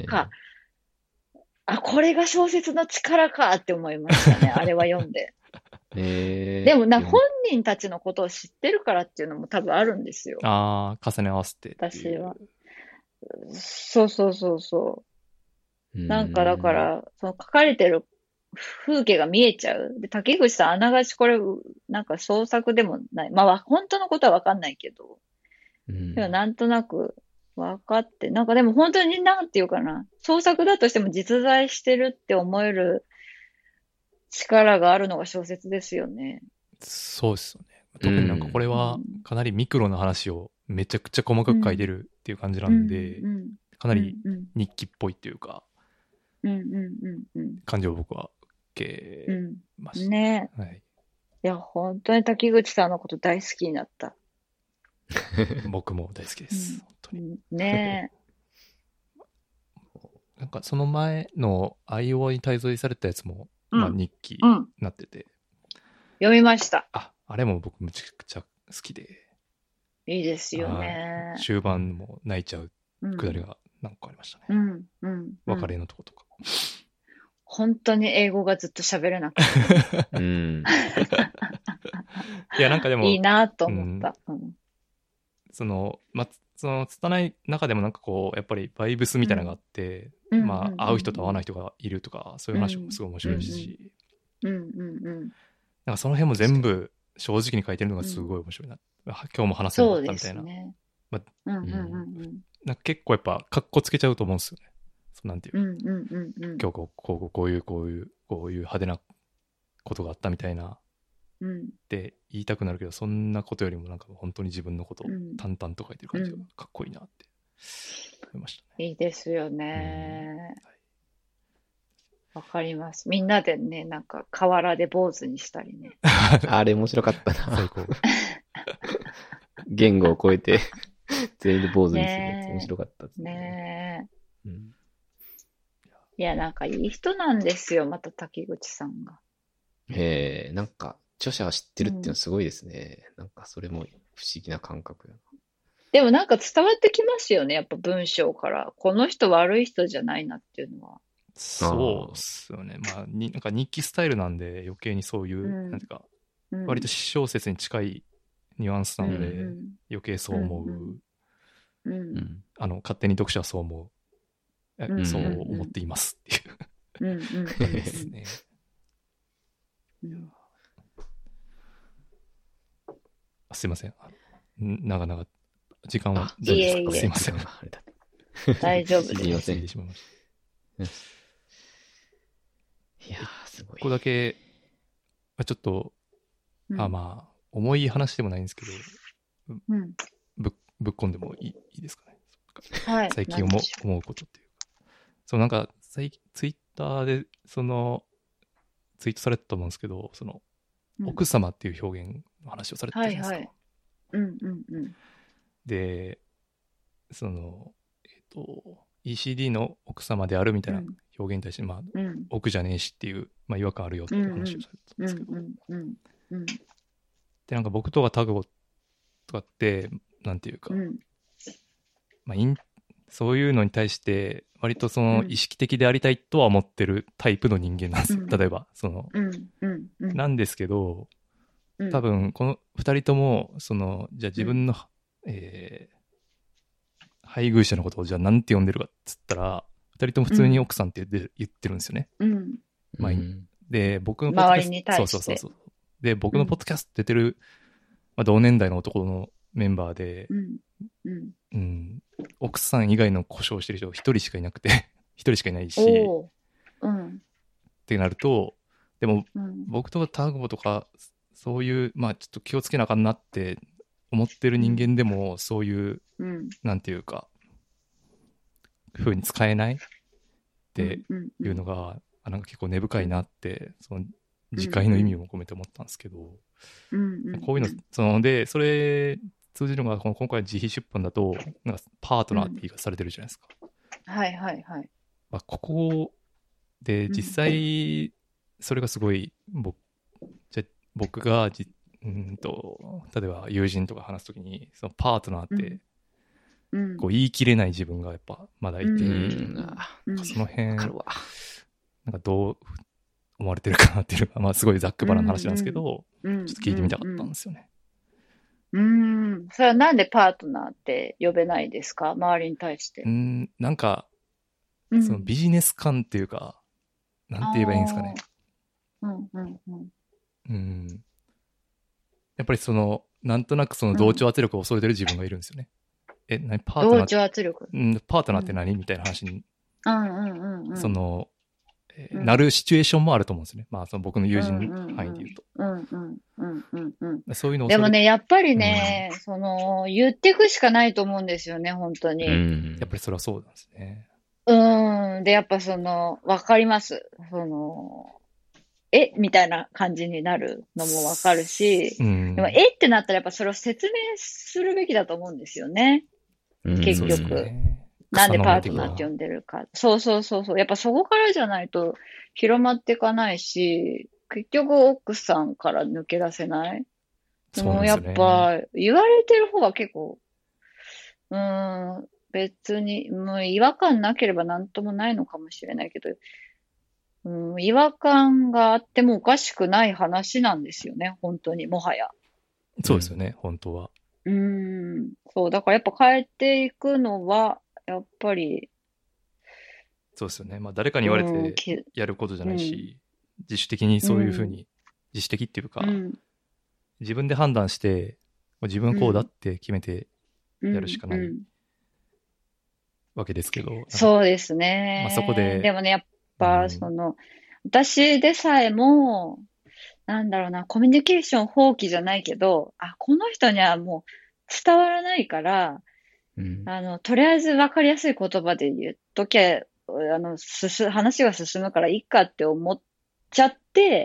これが小説の力かって思いましたね。あれは読んで。でも本人たちのことを知ってるからっていうのも多分あるんですよ。 重ね合わせて。 私は。そう。なんかだから、書かれてる風景が見えちゃう。で、竹口さんあながちこれ、なんか創作でもない。本当のことはわかんないけど。でもなんとなく分かって、なんかでも本当になんていうかな、創作だとしても実在してるって思える力があるのが小説ですよね。 そうですよね。特になんかこれはかなりミクロな話をめちゃくちゃ細かく書いてるっていう感じなんで、かなり日記っぽいっていうか、感じを僕は受けました。 ねえ。はい。いや、本当に滝口さんのこと大好きになった。 僕も大好きです。本当に。 ねえ。なんかその前の愛王に滞在されたやつも、まあ日記になってて。 読みました。 あれも僕むちゃくちゃ好きで。 いいですよね。 終盤も泣いちゃうくだりが何個ありましたね。別れのとことか。 本当に英語がずっと喋れなくて。 いや、なんかでも。 いいなと思った。 その拙い中でもなんかこう、やっぱりバイブスみたいなのがあって、まあ、会う人と会わない人がいるとか、そういう話もすごい面白いし。なんかその辺も全部正直に書いてるのがすごい面白いな。今日も話せなかったみたいな。なんか結構やっぱカッコつけちゃうと思うんですよね。なんていう。今日こういう派手なことがあったみたいな。って言いたくなるけど、そんなことよりもなんか本当に自分のことを淡々と書いてる感じがかっこいいなって思いましたね。 いいですよね。わかります。みんなでね、なんか河原で坊主にしたりね。 あれ面白かったな。最高。言語を超えて全員で坊主にするやつ面白かったですね。 いや、なんかいい人なんですよ、また滝口さんが。 へえ、なんか著者は知ってるっていうのはすごいですね。なんかそれも不思議な感覚やな。 でもなんか伝わってきますよね、やっぱ文章から。この人悪い人じゃないなっていうのは。 そうっすよね。まあ、なんか日記スタイルなんで余計にそういう、なんていうか、割と私小説に近いニュアンスなので、余計そう思う。勝手に読者はそう思う。そう思っていますっていうですね。すいません。長々、時間は大丈夫ですか？すいません。大丈夫です。 すいません。 いやー、すごい。ここだけ、ちょっと、まあ、重い話でもないんですけど、ぶっ込んでもいいですかね。 はい。 最近思うことっていうか。なんか、ツイッターで、ツイートされてたと思うんですけど、奥様っていう表現の話をされてたじゃないですか。で、ECD の奥様であるみたいな表現に対して、まあ、奥じゃねえしっていう、まあ、違和感あるよっていう話をされてたんですけど。で、なんか僕とかタグボとかって、なんていうか、まあ、そういうのに対して、割と意識的でありたいとは思ってるタイプの人間なんですよ。例えば、なんですけど、多分、この二人とも、じゃあ自分の、配偶者のことをじゃあなんて呼んでるかっつったら、二人とも普通に奥さんって言ってるんですよね。で、僕のポッドキャスト、 周りに対して。 そう。で、僕のポッドキャスト出てる、まあ、同年代の男のメンバーで、奥さん以外の故障してる人一人しかいなくて、一人しかいないし、ってなると、でも、僕とかタグボとか、そういう、まあちょっと気をつけなあかんなって思ってる人間でも、そういう、なんていうか、風に使えないっていうのが、なんか結構根深いなって、自戒の意味も込めて思ったんですけど、こういうの、で、それ通じるのが、今回自費出版だと、なんかパートナーって言い方されてるじゃないですか。まあ、ここで実際、それがすごい、僕が例えば友人とか話すときに、そのパートナーって、こう言い切れない自分がやっぱまだいて、その辺、なんかどう思われてるかなっていうのが、まあすごいざっくばらんの話なんですけど、ちょっと聞いてみたかったんですよね。 それはなんでパートナーって呼べないですか？周りに対して。 なんか、ビジネス感っていうか、なんて言えばいいんですかね。やっぱりなんとなく同調圧力を恐れてる自分がいるんですよね。 何パートナー。 同調圧力。 パートナーって何みたいな話に、 その、なるシチュエーションもあると思うんですね。まあ、その僕の友人の範囲で言うと。そういうのを。 でもね、やっぱりね、言っていくしかないと思うんですよね、本当に。 やっぱりそれはそうなんですね。 で、やっぱわかります。みたいな感じになるのもわかるし、でも、ってなったらやっぱそれを説明するべきだと思うんですよね。結局。なんでパートナーって呼んでるか。そう。やっぱそこからじゃないと広まっていかないし、結局奥さんから抜け出せない。でもやっぱ言われてる方は結構、別に、もう違和感なければなんともないのかもしれないけど、違和感があってもおかしくない話なんですよね、本当に、もはや。 そうですよね、本当は。 そう、だからやっぱ変えていくのは、やっぱり。 そうですよね。まあ誰かに言われてやることじゃないし、自主的にそういうふうに、自主的っていうか、自分で判断して、自分こうだって決めてやるしかないわけですけど。 そうですね。 まあそこで。 でもね、やっぱ私でさえも、なんだろうな、コミュニケーション放棄じゃないけど、この人にはもう伝わらないから、とりあえず分かりやすい言葉で言っときゃ、話が進むからいいかって思っちゃって、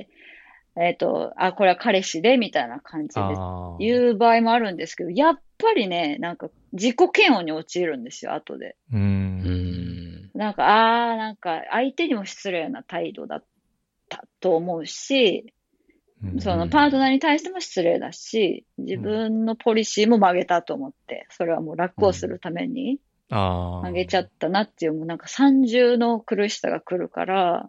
これは彼氏で、みたいな感じで言う場合もあるんですけど、やっぱりね、なんか自己嫌悪に陥るんですよ、後で。なんか相手にも失礼な態度だったと思うし、そのパートナーに対しても失礼だし、自分のポリシーも曲げたと思って、それはもう楽をするために曲げちゃったなっていう、もうなんか三重の苦しさが来るから、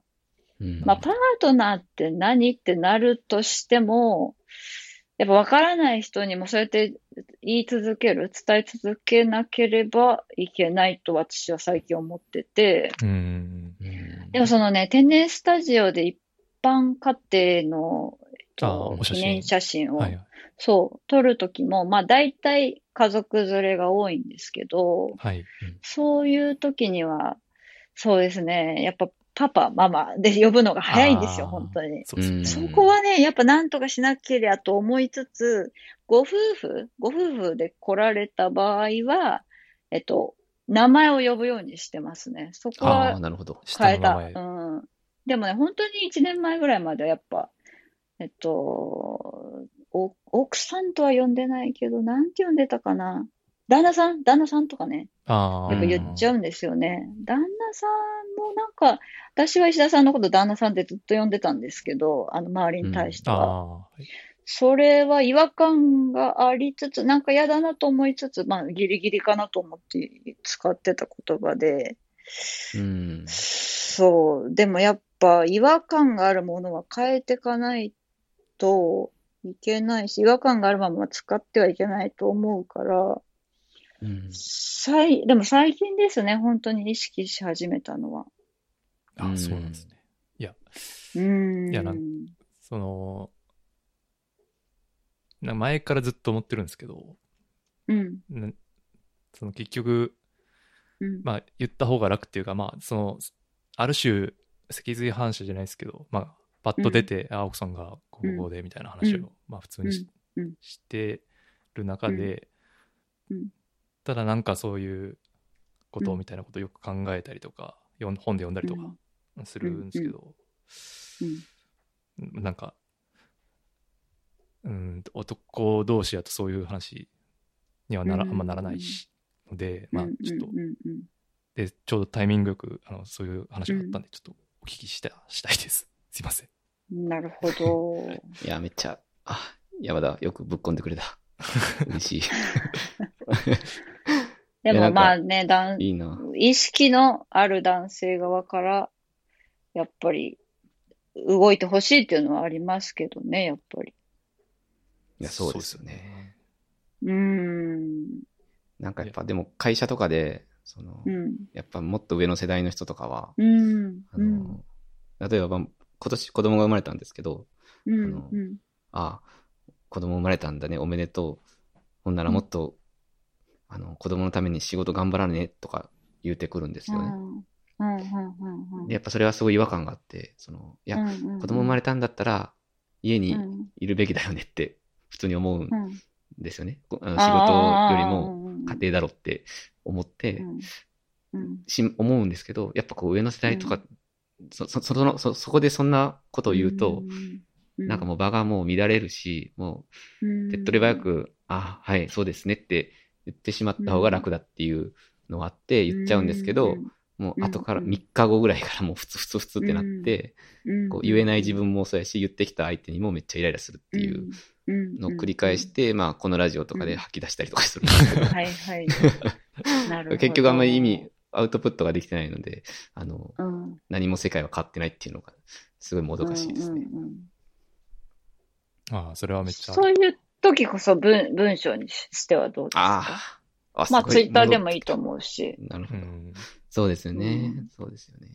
まあパートナーって何ってなるとしても、やっぱ分からない人にもそうやって言い続ける、伝え続けなければいけないと私は最近思ってて、でもそのね、天然スタジオで一般家庭の記念写真を、撮るときも、まあ大体家族連れが多いんですけど、そういうときには、そうですね、やっぱパパ、ママで呼ぶのが早いんですよ、本当に。そこはね、やっぱなんとかしなければと思いつつ、ご夫婦で来られた場合は、名前を呼ぶようにしてますね。そこは変えた。でもね、本当に1年前ぐらいまではやっぱ、奥さんとは呼んでないけど、なんて呼んでたかな。旦那さんとかね。やっぱ言っちゃうんですよね。旦那さんもなんか、私は石田さんのこと旦那さんってずっと呼んでたんですけど、周りに対しては。それは違和感がありつつ、なんか嫌だなと思いつつ、まあギリギリかなと思って使ってた言葉で。そう。でもやっぱ違和感があるものは変えていかないといけないし、違和感があるまま使ってはいけないと思うから、でも最近ですね、本当に意識し始めたのは。 そうなんですね。いや、前からずっと思ってるんですけど、結局、まあ言った方が楽っていうか、まあある種脊髄反射じゃないですけど、まあパッと出て、奥さんがこうでみたいな話を、まあ普通にしてる中で、ただなんかそういうことみたいなことをよく考えたりとか、本で読んだりとかするんですけど、なんか男同士だとそういう話にはあんまならないしので、まあちょっとでちょうどタイミングよくそういう話があったんで、ちょっとお聞きしたいです。すいません。 なるほど。 いやめっちゃ山田よくぶっこんでくれた。嬉しい。 でもまあね、 いいな。 意識のある男性側から、やっぱり、動いてほしいっていうのはありますけどね、やっぱり。 いや、そうですよね。 なんかやっぱでも会社とかで、やっぱもっと上の世代の人とかは、例えば今年子供が生まれたんですけど、子供生まれたんだね、おめでとう。ほんならもっと、 子供のために仕事頑張らねとか言うてくるんですよね。で、やっぱそれはすごい違和感があって、いや、子供生まれたんだったら、家にいるべきだよねって普通に思うんですよね。仕事よりも家庭だろって思って、思うんですけど、やっぱこう上の世代とか、そこでそんなことを言うと、なんかもう場がもう乱れるし、もう手っ取り早く、あ、はい、そうですねって言ってしまった方が楽だっていうのがあって言っちゃうんですけど、もう後から3日後ぐらいからもう普通ってなって、こう言えない自分もそうやし、言ってきた相手にもめっちゃイライラするっていうのを繰り返して、まあこのラジオとかで吐き出したりとかするんですけど、 はいはい。なるほど。 結局あんまりアウトプットができてないので、何も世界は変わってないっていうのがすごいもどかしいですね。 ああ、それはめっちゃ。 そういう時こそ文章にしてはどうですか？まあツイッターでもいいと思うし。 なるほど。そうですよね。そうですよね。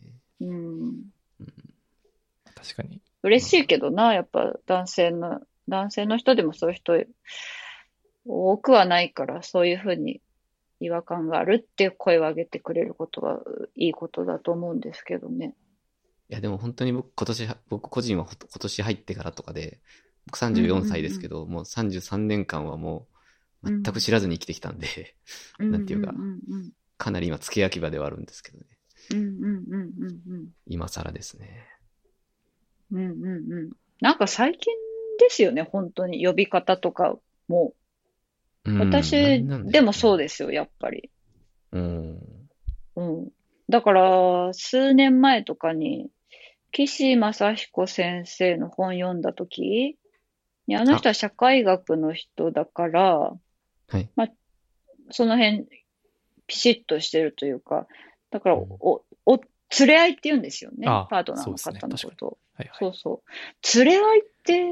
確かに。 嬉しいけどな、やっぱ男性の人でもそういう人多くはないから、そういうふうに違和感があるっていう声を上げてくれることはいいことだと思うんですけどね。 いやでも本当に僕個人は今年入ってからとかで、僕34歳ですけど、もう33年間はもう全く知らずに生きてきたんで、なんていうか、かなり今付け焼き場ではあるんですけどね。今更ですね。 なんか最近ですよね、本当に呼び方とかも。私でもそうですよ、やっぱり。だから、数年前とかに、岸正彦先生の本読んだときに、あの人は社会学の人だから、 はい。 まあ、その辺、ピシッとしてるというか、だから、連れ合いって言うんですよね、パートナーの方のことを。そうそう。連れ合いって、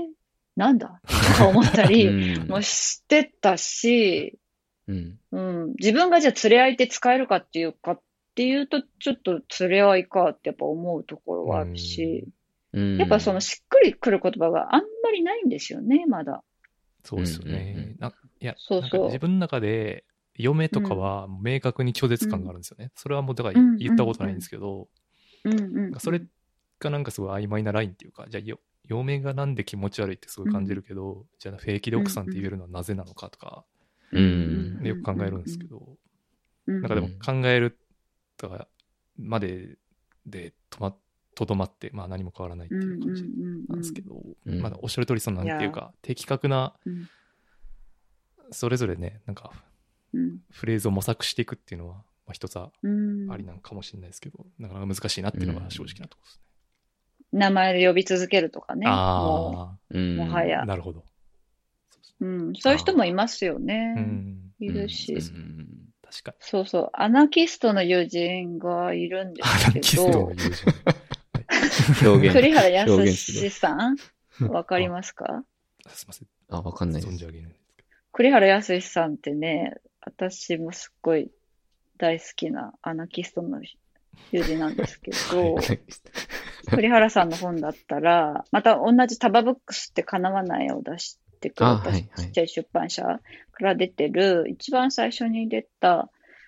なんだとか思ったりもしてたし、自分がじゃあ連れ合いって使えるかっていうと、ちょっと連れ合いかってやっぱ思うところはあるし、やっぱそのしっくりくる言葉があんまりないんですよね、まだ。 そうですよね。いや、そうそう。自分の中で、嫁とかは明確に拒絶感があるんですよね。それはもうだから言ったことないんですけど、それがなんかすごい曖昧なラインっていうか、じゃあ嫁がなんで気持ち悪いってすごい感じるけど、じゃあ平気で奥さんって言えるのはなぜなのかとか、よく考えるんですけど、なんかでも考えるとかまででとどまって、まあ何も変わらないっていう感じなんですけど、まだおっしゃる通りそのなんていうか、的確な、それぞれね、なんか、フレーズを模索していくっていうのは、まあ、一つはありなのかもしれないですけど、なかなか難しいなっていうのが正直なところですね。 名前で呼び続けるとかね。もはや。 なるほど。 そういう人もいますよね。いるし。 確かに。 そうそう。アナキストの友人がいるんですけど。アナキストの友人。栗原康さんわかりますか？ すいません。 わかんないです。 栗原康さんってね、私もすっごい大好きなアナキストの友人なんですけど、栗原さんの本だったら、また同じタバブックスって叶わない絵を出してくれたちっちゃい出版社から出てる、一番最初に出た、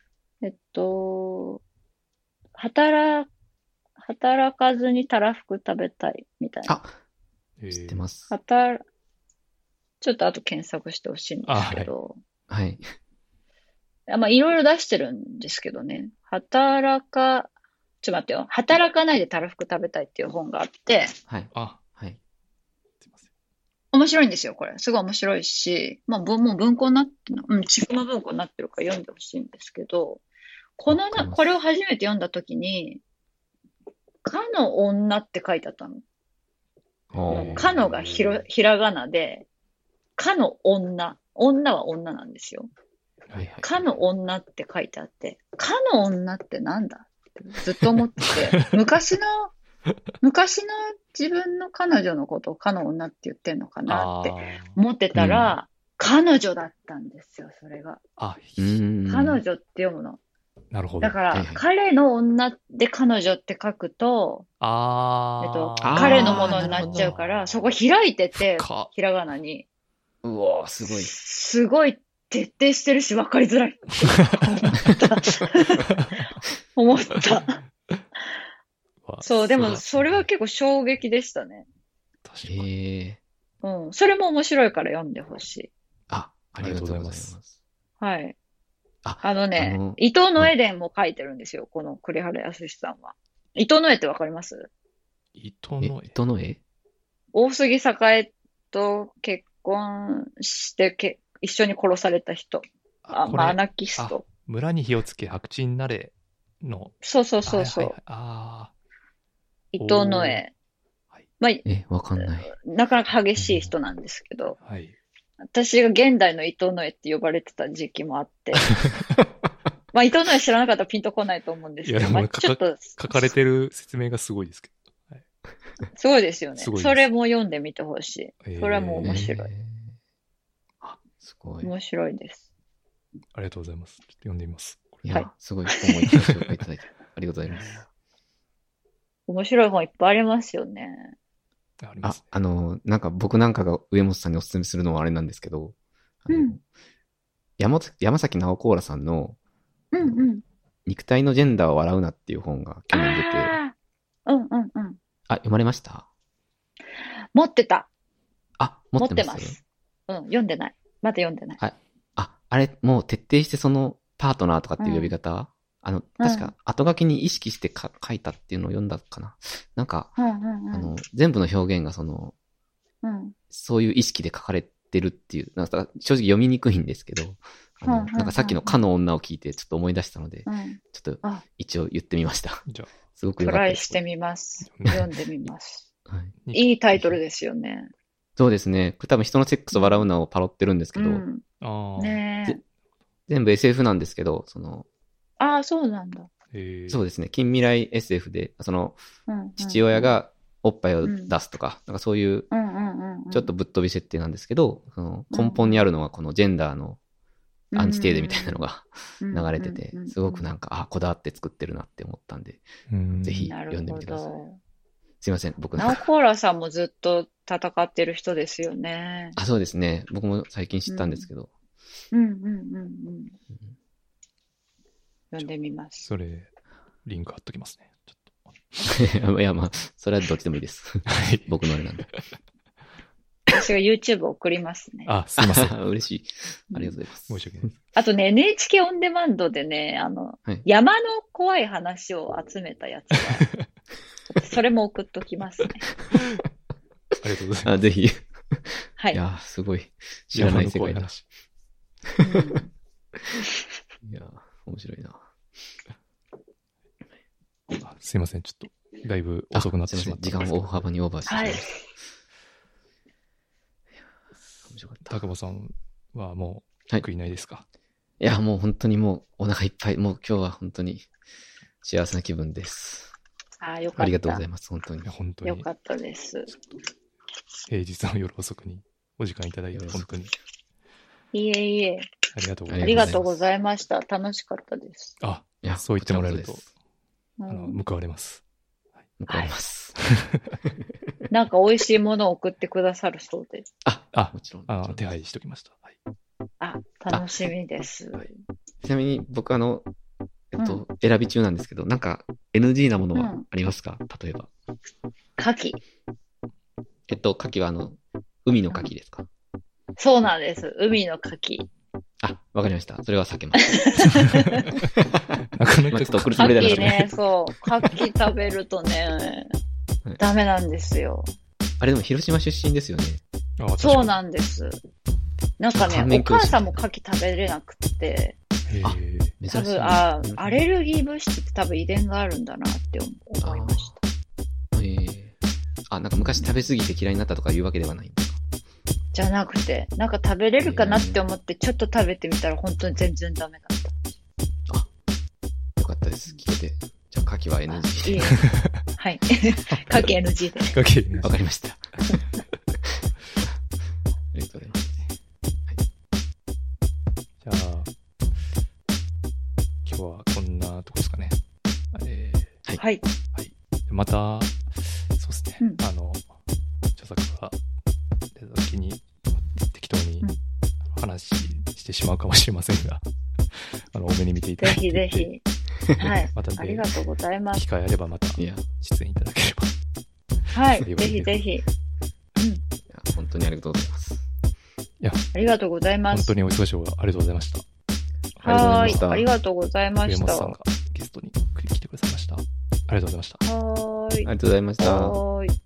働かずにたらふく食べたいみたいな。 知ってます。 ちょっと後検索してほしいんですけど。 はい。 まあ、いろいろ出してるんですけどね。ちょっと待ってよ。働かないでたらふく食べたいっていう本があって。 はい。はい。 すいません。面白いんですよ、これ。すごい面白いし、まあ、もう文庫になって自分の文庫になってるから読んでほしいんですけど、これを初めて読んだときに、かの女って書いてあったの。かのがひらがなで、かの女。女は女なんですよ。かの女って書いてあって、かの女ってなんだってずっと思ってて、昔の自分の彼女のことをかの女って言ってんのかなって思ってたら、彼女だったんですよ、それが。彼女って読むの。 なるほど。 だから、彼の女で彼女って書くと、彼のものになっちゃうから、そこ開いてて、ひらがなに。 うわすごい。 すごい徹底してるし分かりづらい。思った。そう、でもそれは結構衝撃でしたね。 確かに。 うん。それも面白いから読んでほしい。 ありがとうございます。 はい。伊藤の絵伝も書いてるんですよ、この栗原康さんは。伊藤の絵ってわかります？ 伊藤の絵大杉栄と結婚して一緒に殺された人。アナキスト。 村に火をつけ白地になれの。 そう。伊藤の絵。まあ、わかんない。 なかなか激しい人なんですけど。 はい。 私が現代の伊藤の絵って呼ばれてた時期もあって。まあ、伊藤の絵知らなかったらピンとこないと思うんですけど。いや、でもちょっと書かれてる説明がすごいですけど。はい、 すごいですよね。それも読んでみてほしい。それはもう面白い。 すごい。 面白いです。 ありがとうございます。ちょっと読んでみます。 はい。すごい重い紹介いただいてありがとうございます。面白い本いっぱいありますよね。 なんか僕なんかが上本さんにお勧めするのはあれなんですけど、山崎直子らさんの、肉体のジェンダーを笑うなっていう本が去年出て、読まれました？ 持ってた。 持ってます。 読んでない。まだ読んでない。 あれ、もう徹底してそのパートナーとかっていう呼び方、確か後書きに意識して書いたっていうのを読んだかな。なんか、全部の表現がそういう意識で書かれてるっていう、なんか正直読みにくいんですけど、なんかさっきのかの女を聞いてちょっと思い出したので、ちょっと一応言ってみました。すごく良かったです。トライしてみます。読んでみます。いいタイトルですよね。 そうですね。これ多分人のセックスを笑うのをパロってるんですけど、全部 SF なんですけど、 そうなんだ。 そうですね。近未来 SF で、父親がおっぱいを出すとか、なんかそういう、ちょっとぶっ飛び設定なんですけど、根本にあるのはこのジェンダーのアンチテーゼみたいなのが流れてて、すごくなんか、こだわって作ってるなって思ったんで、ぜひ読んでみてください。すいません、僕ナオコーラさんもずっと戦ってる人ですよね。 そうですね。僕も最近知ったんですけど。 読んでみます。 それ、リンク貼っときますね。ちょっと。いや、まあ、それはどっちでもいいです。はい。僕のあれなんで。 私が YouTube 送りますね。 すいません。 嬉しい。ありがとうございます。 申し訳ないです。 あとね、NHK オンデマンドでね、山の怖い話を集めたやつが、それも送っときますね。 ありがとうございます。 ぜひ。 はい。 いや、すごい。知らない世界だ。いや、面白いな。 すいません、ちょっと、だいぶ遅くなってしまった。 時間を大幅にオーバーしてしまいました。 面白かった。高場さんはもう、悔いないですか？ いや、もう本当にもう、お腹いっぱい、もう今日は本当に幸せな気分です。 よかった。 ありがとうございます、本当に。 本当に。 よかったです。 平日の夜遅くにお時間いただいて、本当に。 いえいえ。 ありがとうございます。 ありがとうございました。楽しかったです。 そう言ってもらえると、報われます。 報われます。 なんか美味しいものを送ってくださるそうです。 もちろん。手配しておきました。 楽しみです。 ちなみに僕選び中なんですけど、なんか NG なものはありますか？例えば。 牡蠣。 牡蠣は海の牡蠣ですか？ そうなんです。海の牡蠣。 わかりました。それは避けます。 ちょっと送るつもりだからね。そう。牡蠣食べるとね、ダメなんですよ。 あれでも広島出身ですよね。 そうなんです。なんかね、お母さんも牡蠣食べれなくて、多分、アレルギー物質って多分遺伝があるんだなって思いました。 なんか昔食べ過ぎて嫌いになったとかいうわけではないんですか？ じゃなくて、なんか食べれるかなって思ってちょっと食べてみたら本当に全然ダメだった。 よかったです。聞けて。じゃあ牡蠣は NG で。 はい。牡蠣 NG で。 牡蠣。 わかりました。ありがとうございます。 じゃあ、今日はこんなとこですかね。 はい。 また、そうですね。著作が出た時に適当に話してししまうかもしれませんが、多めに見ていただいて。 ぜひぜひ。はい。 また、 ありがとうございます。 機会あればまた、出演いただければ。 はい。ぜひぜひ。 本当にありがとうございます。 ありがとうございます。 本当にお忙しいおありがとうございました。 はい。ありがとうございました。 上本さんがゲストに来てくださいました。ありがとうございました。 はい。 ありがとうございました。 はい。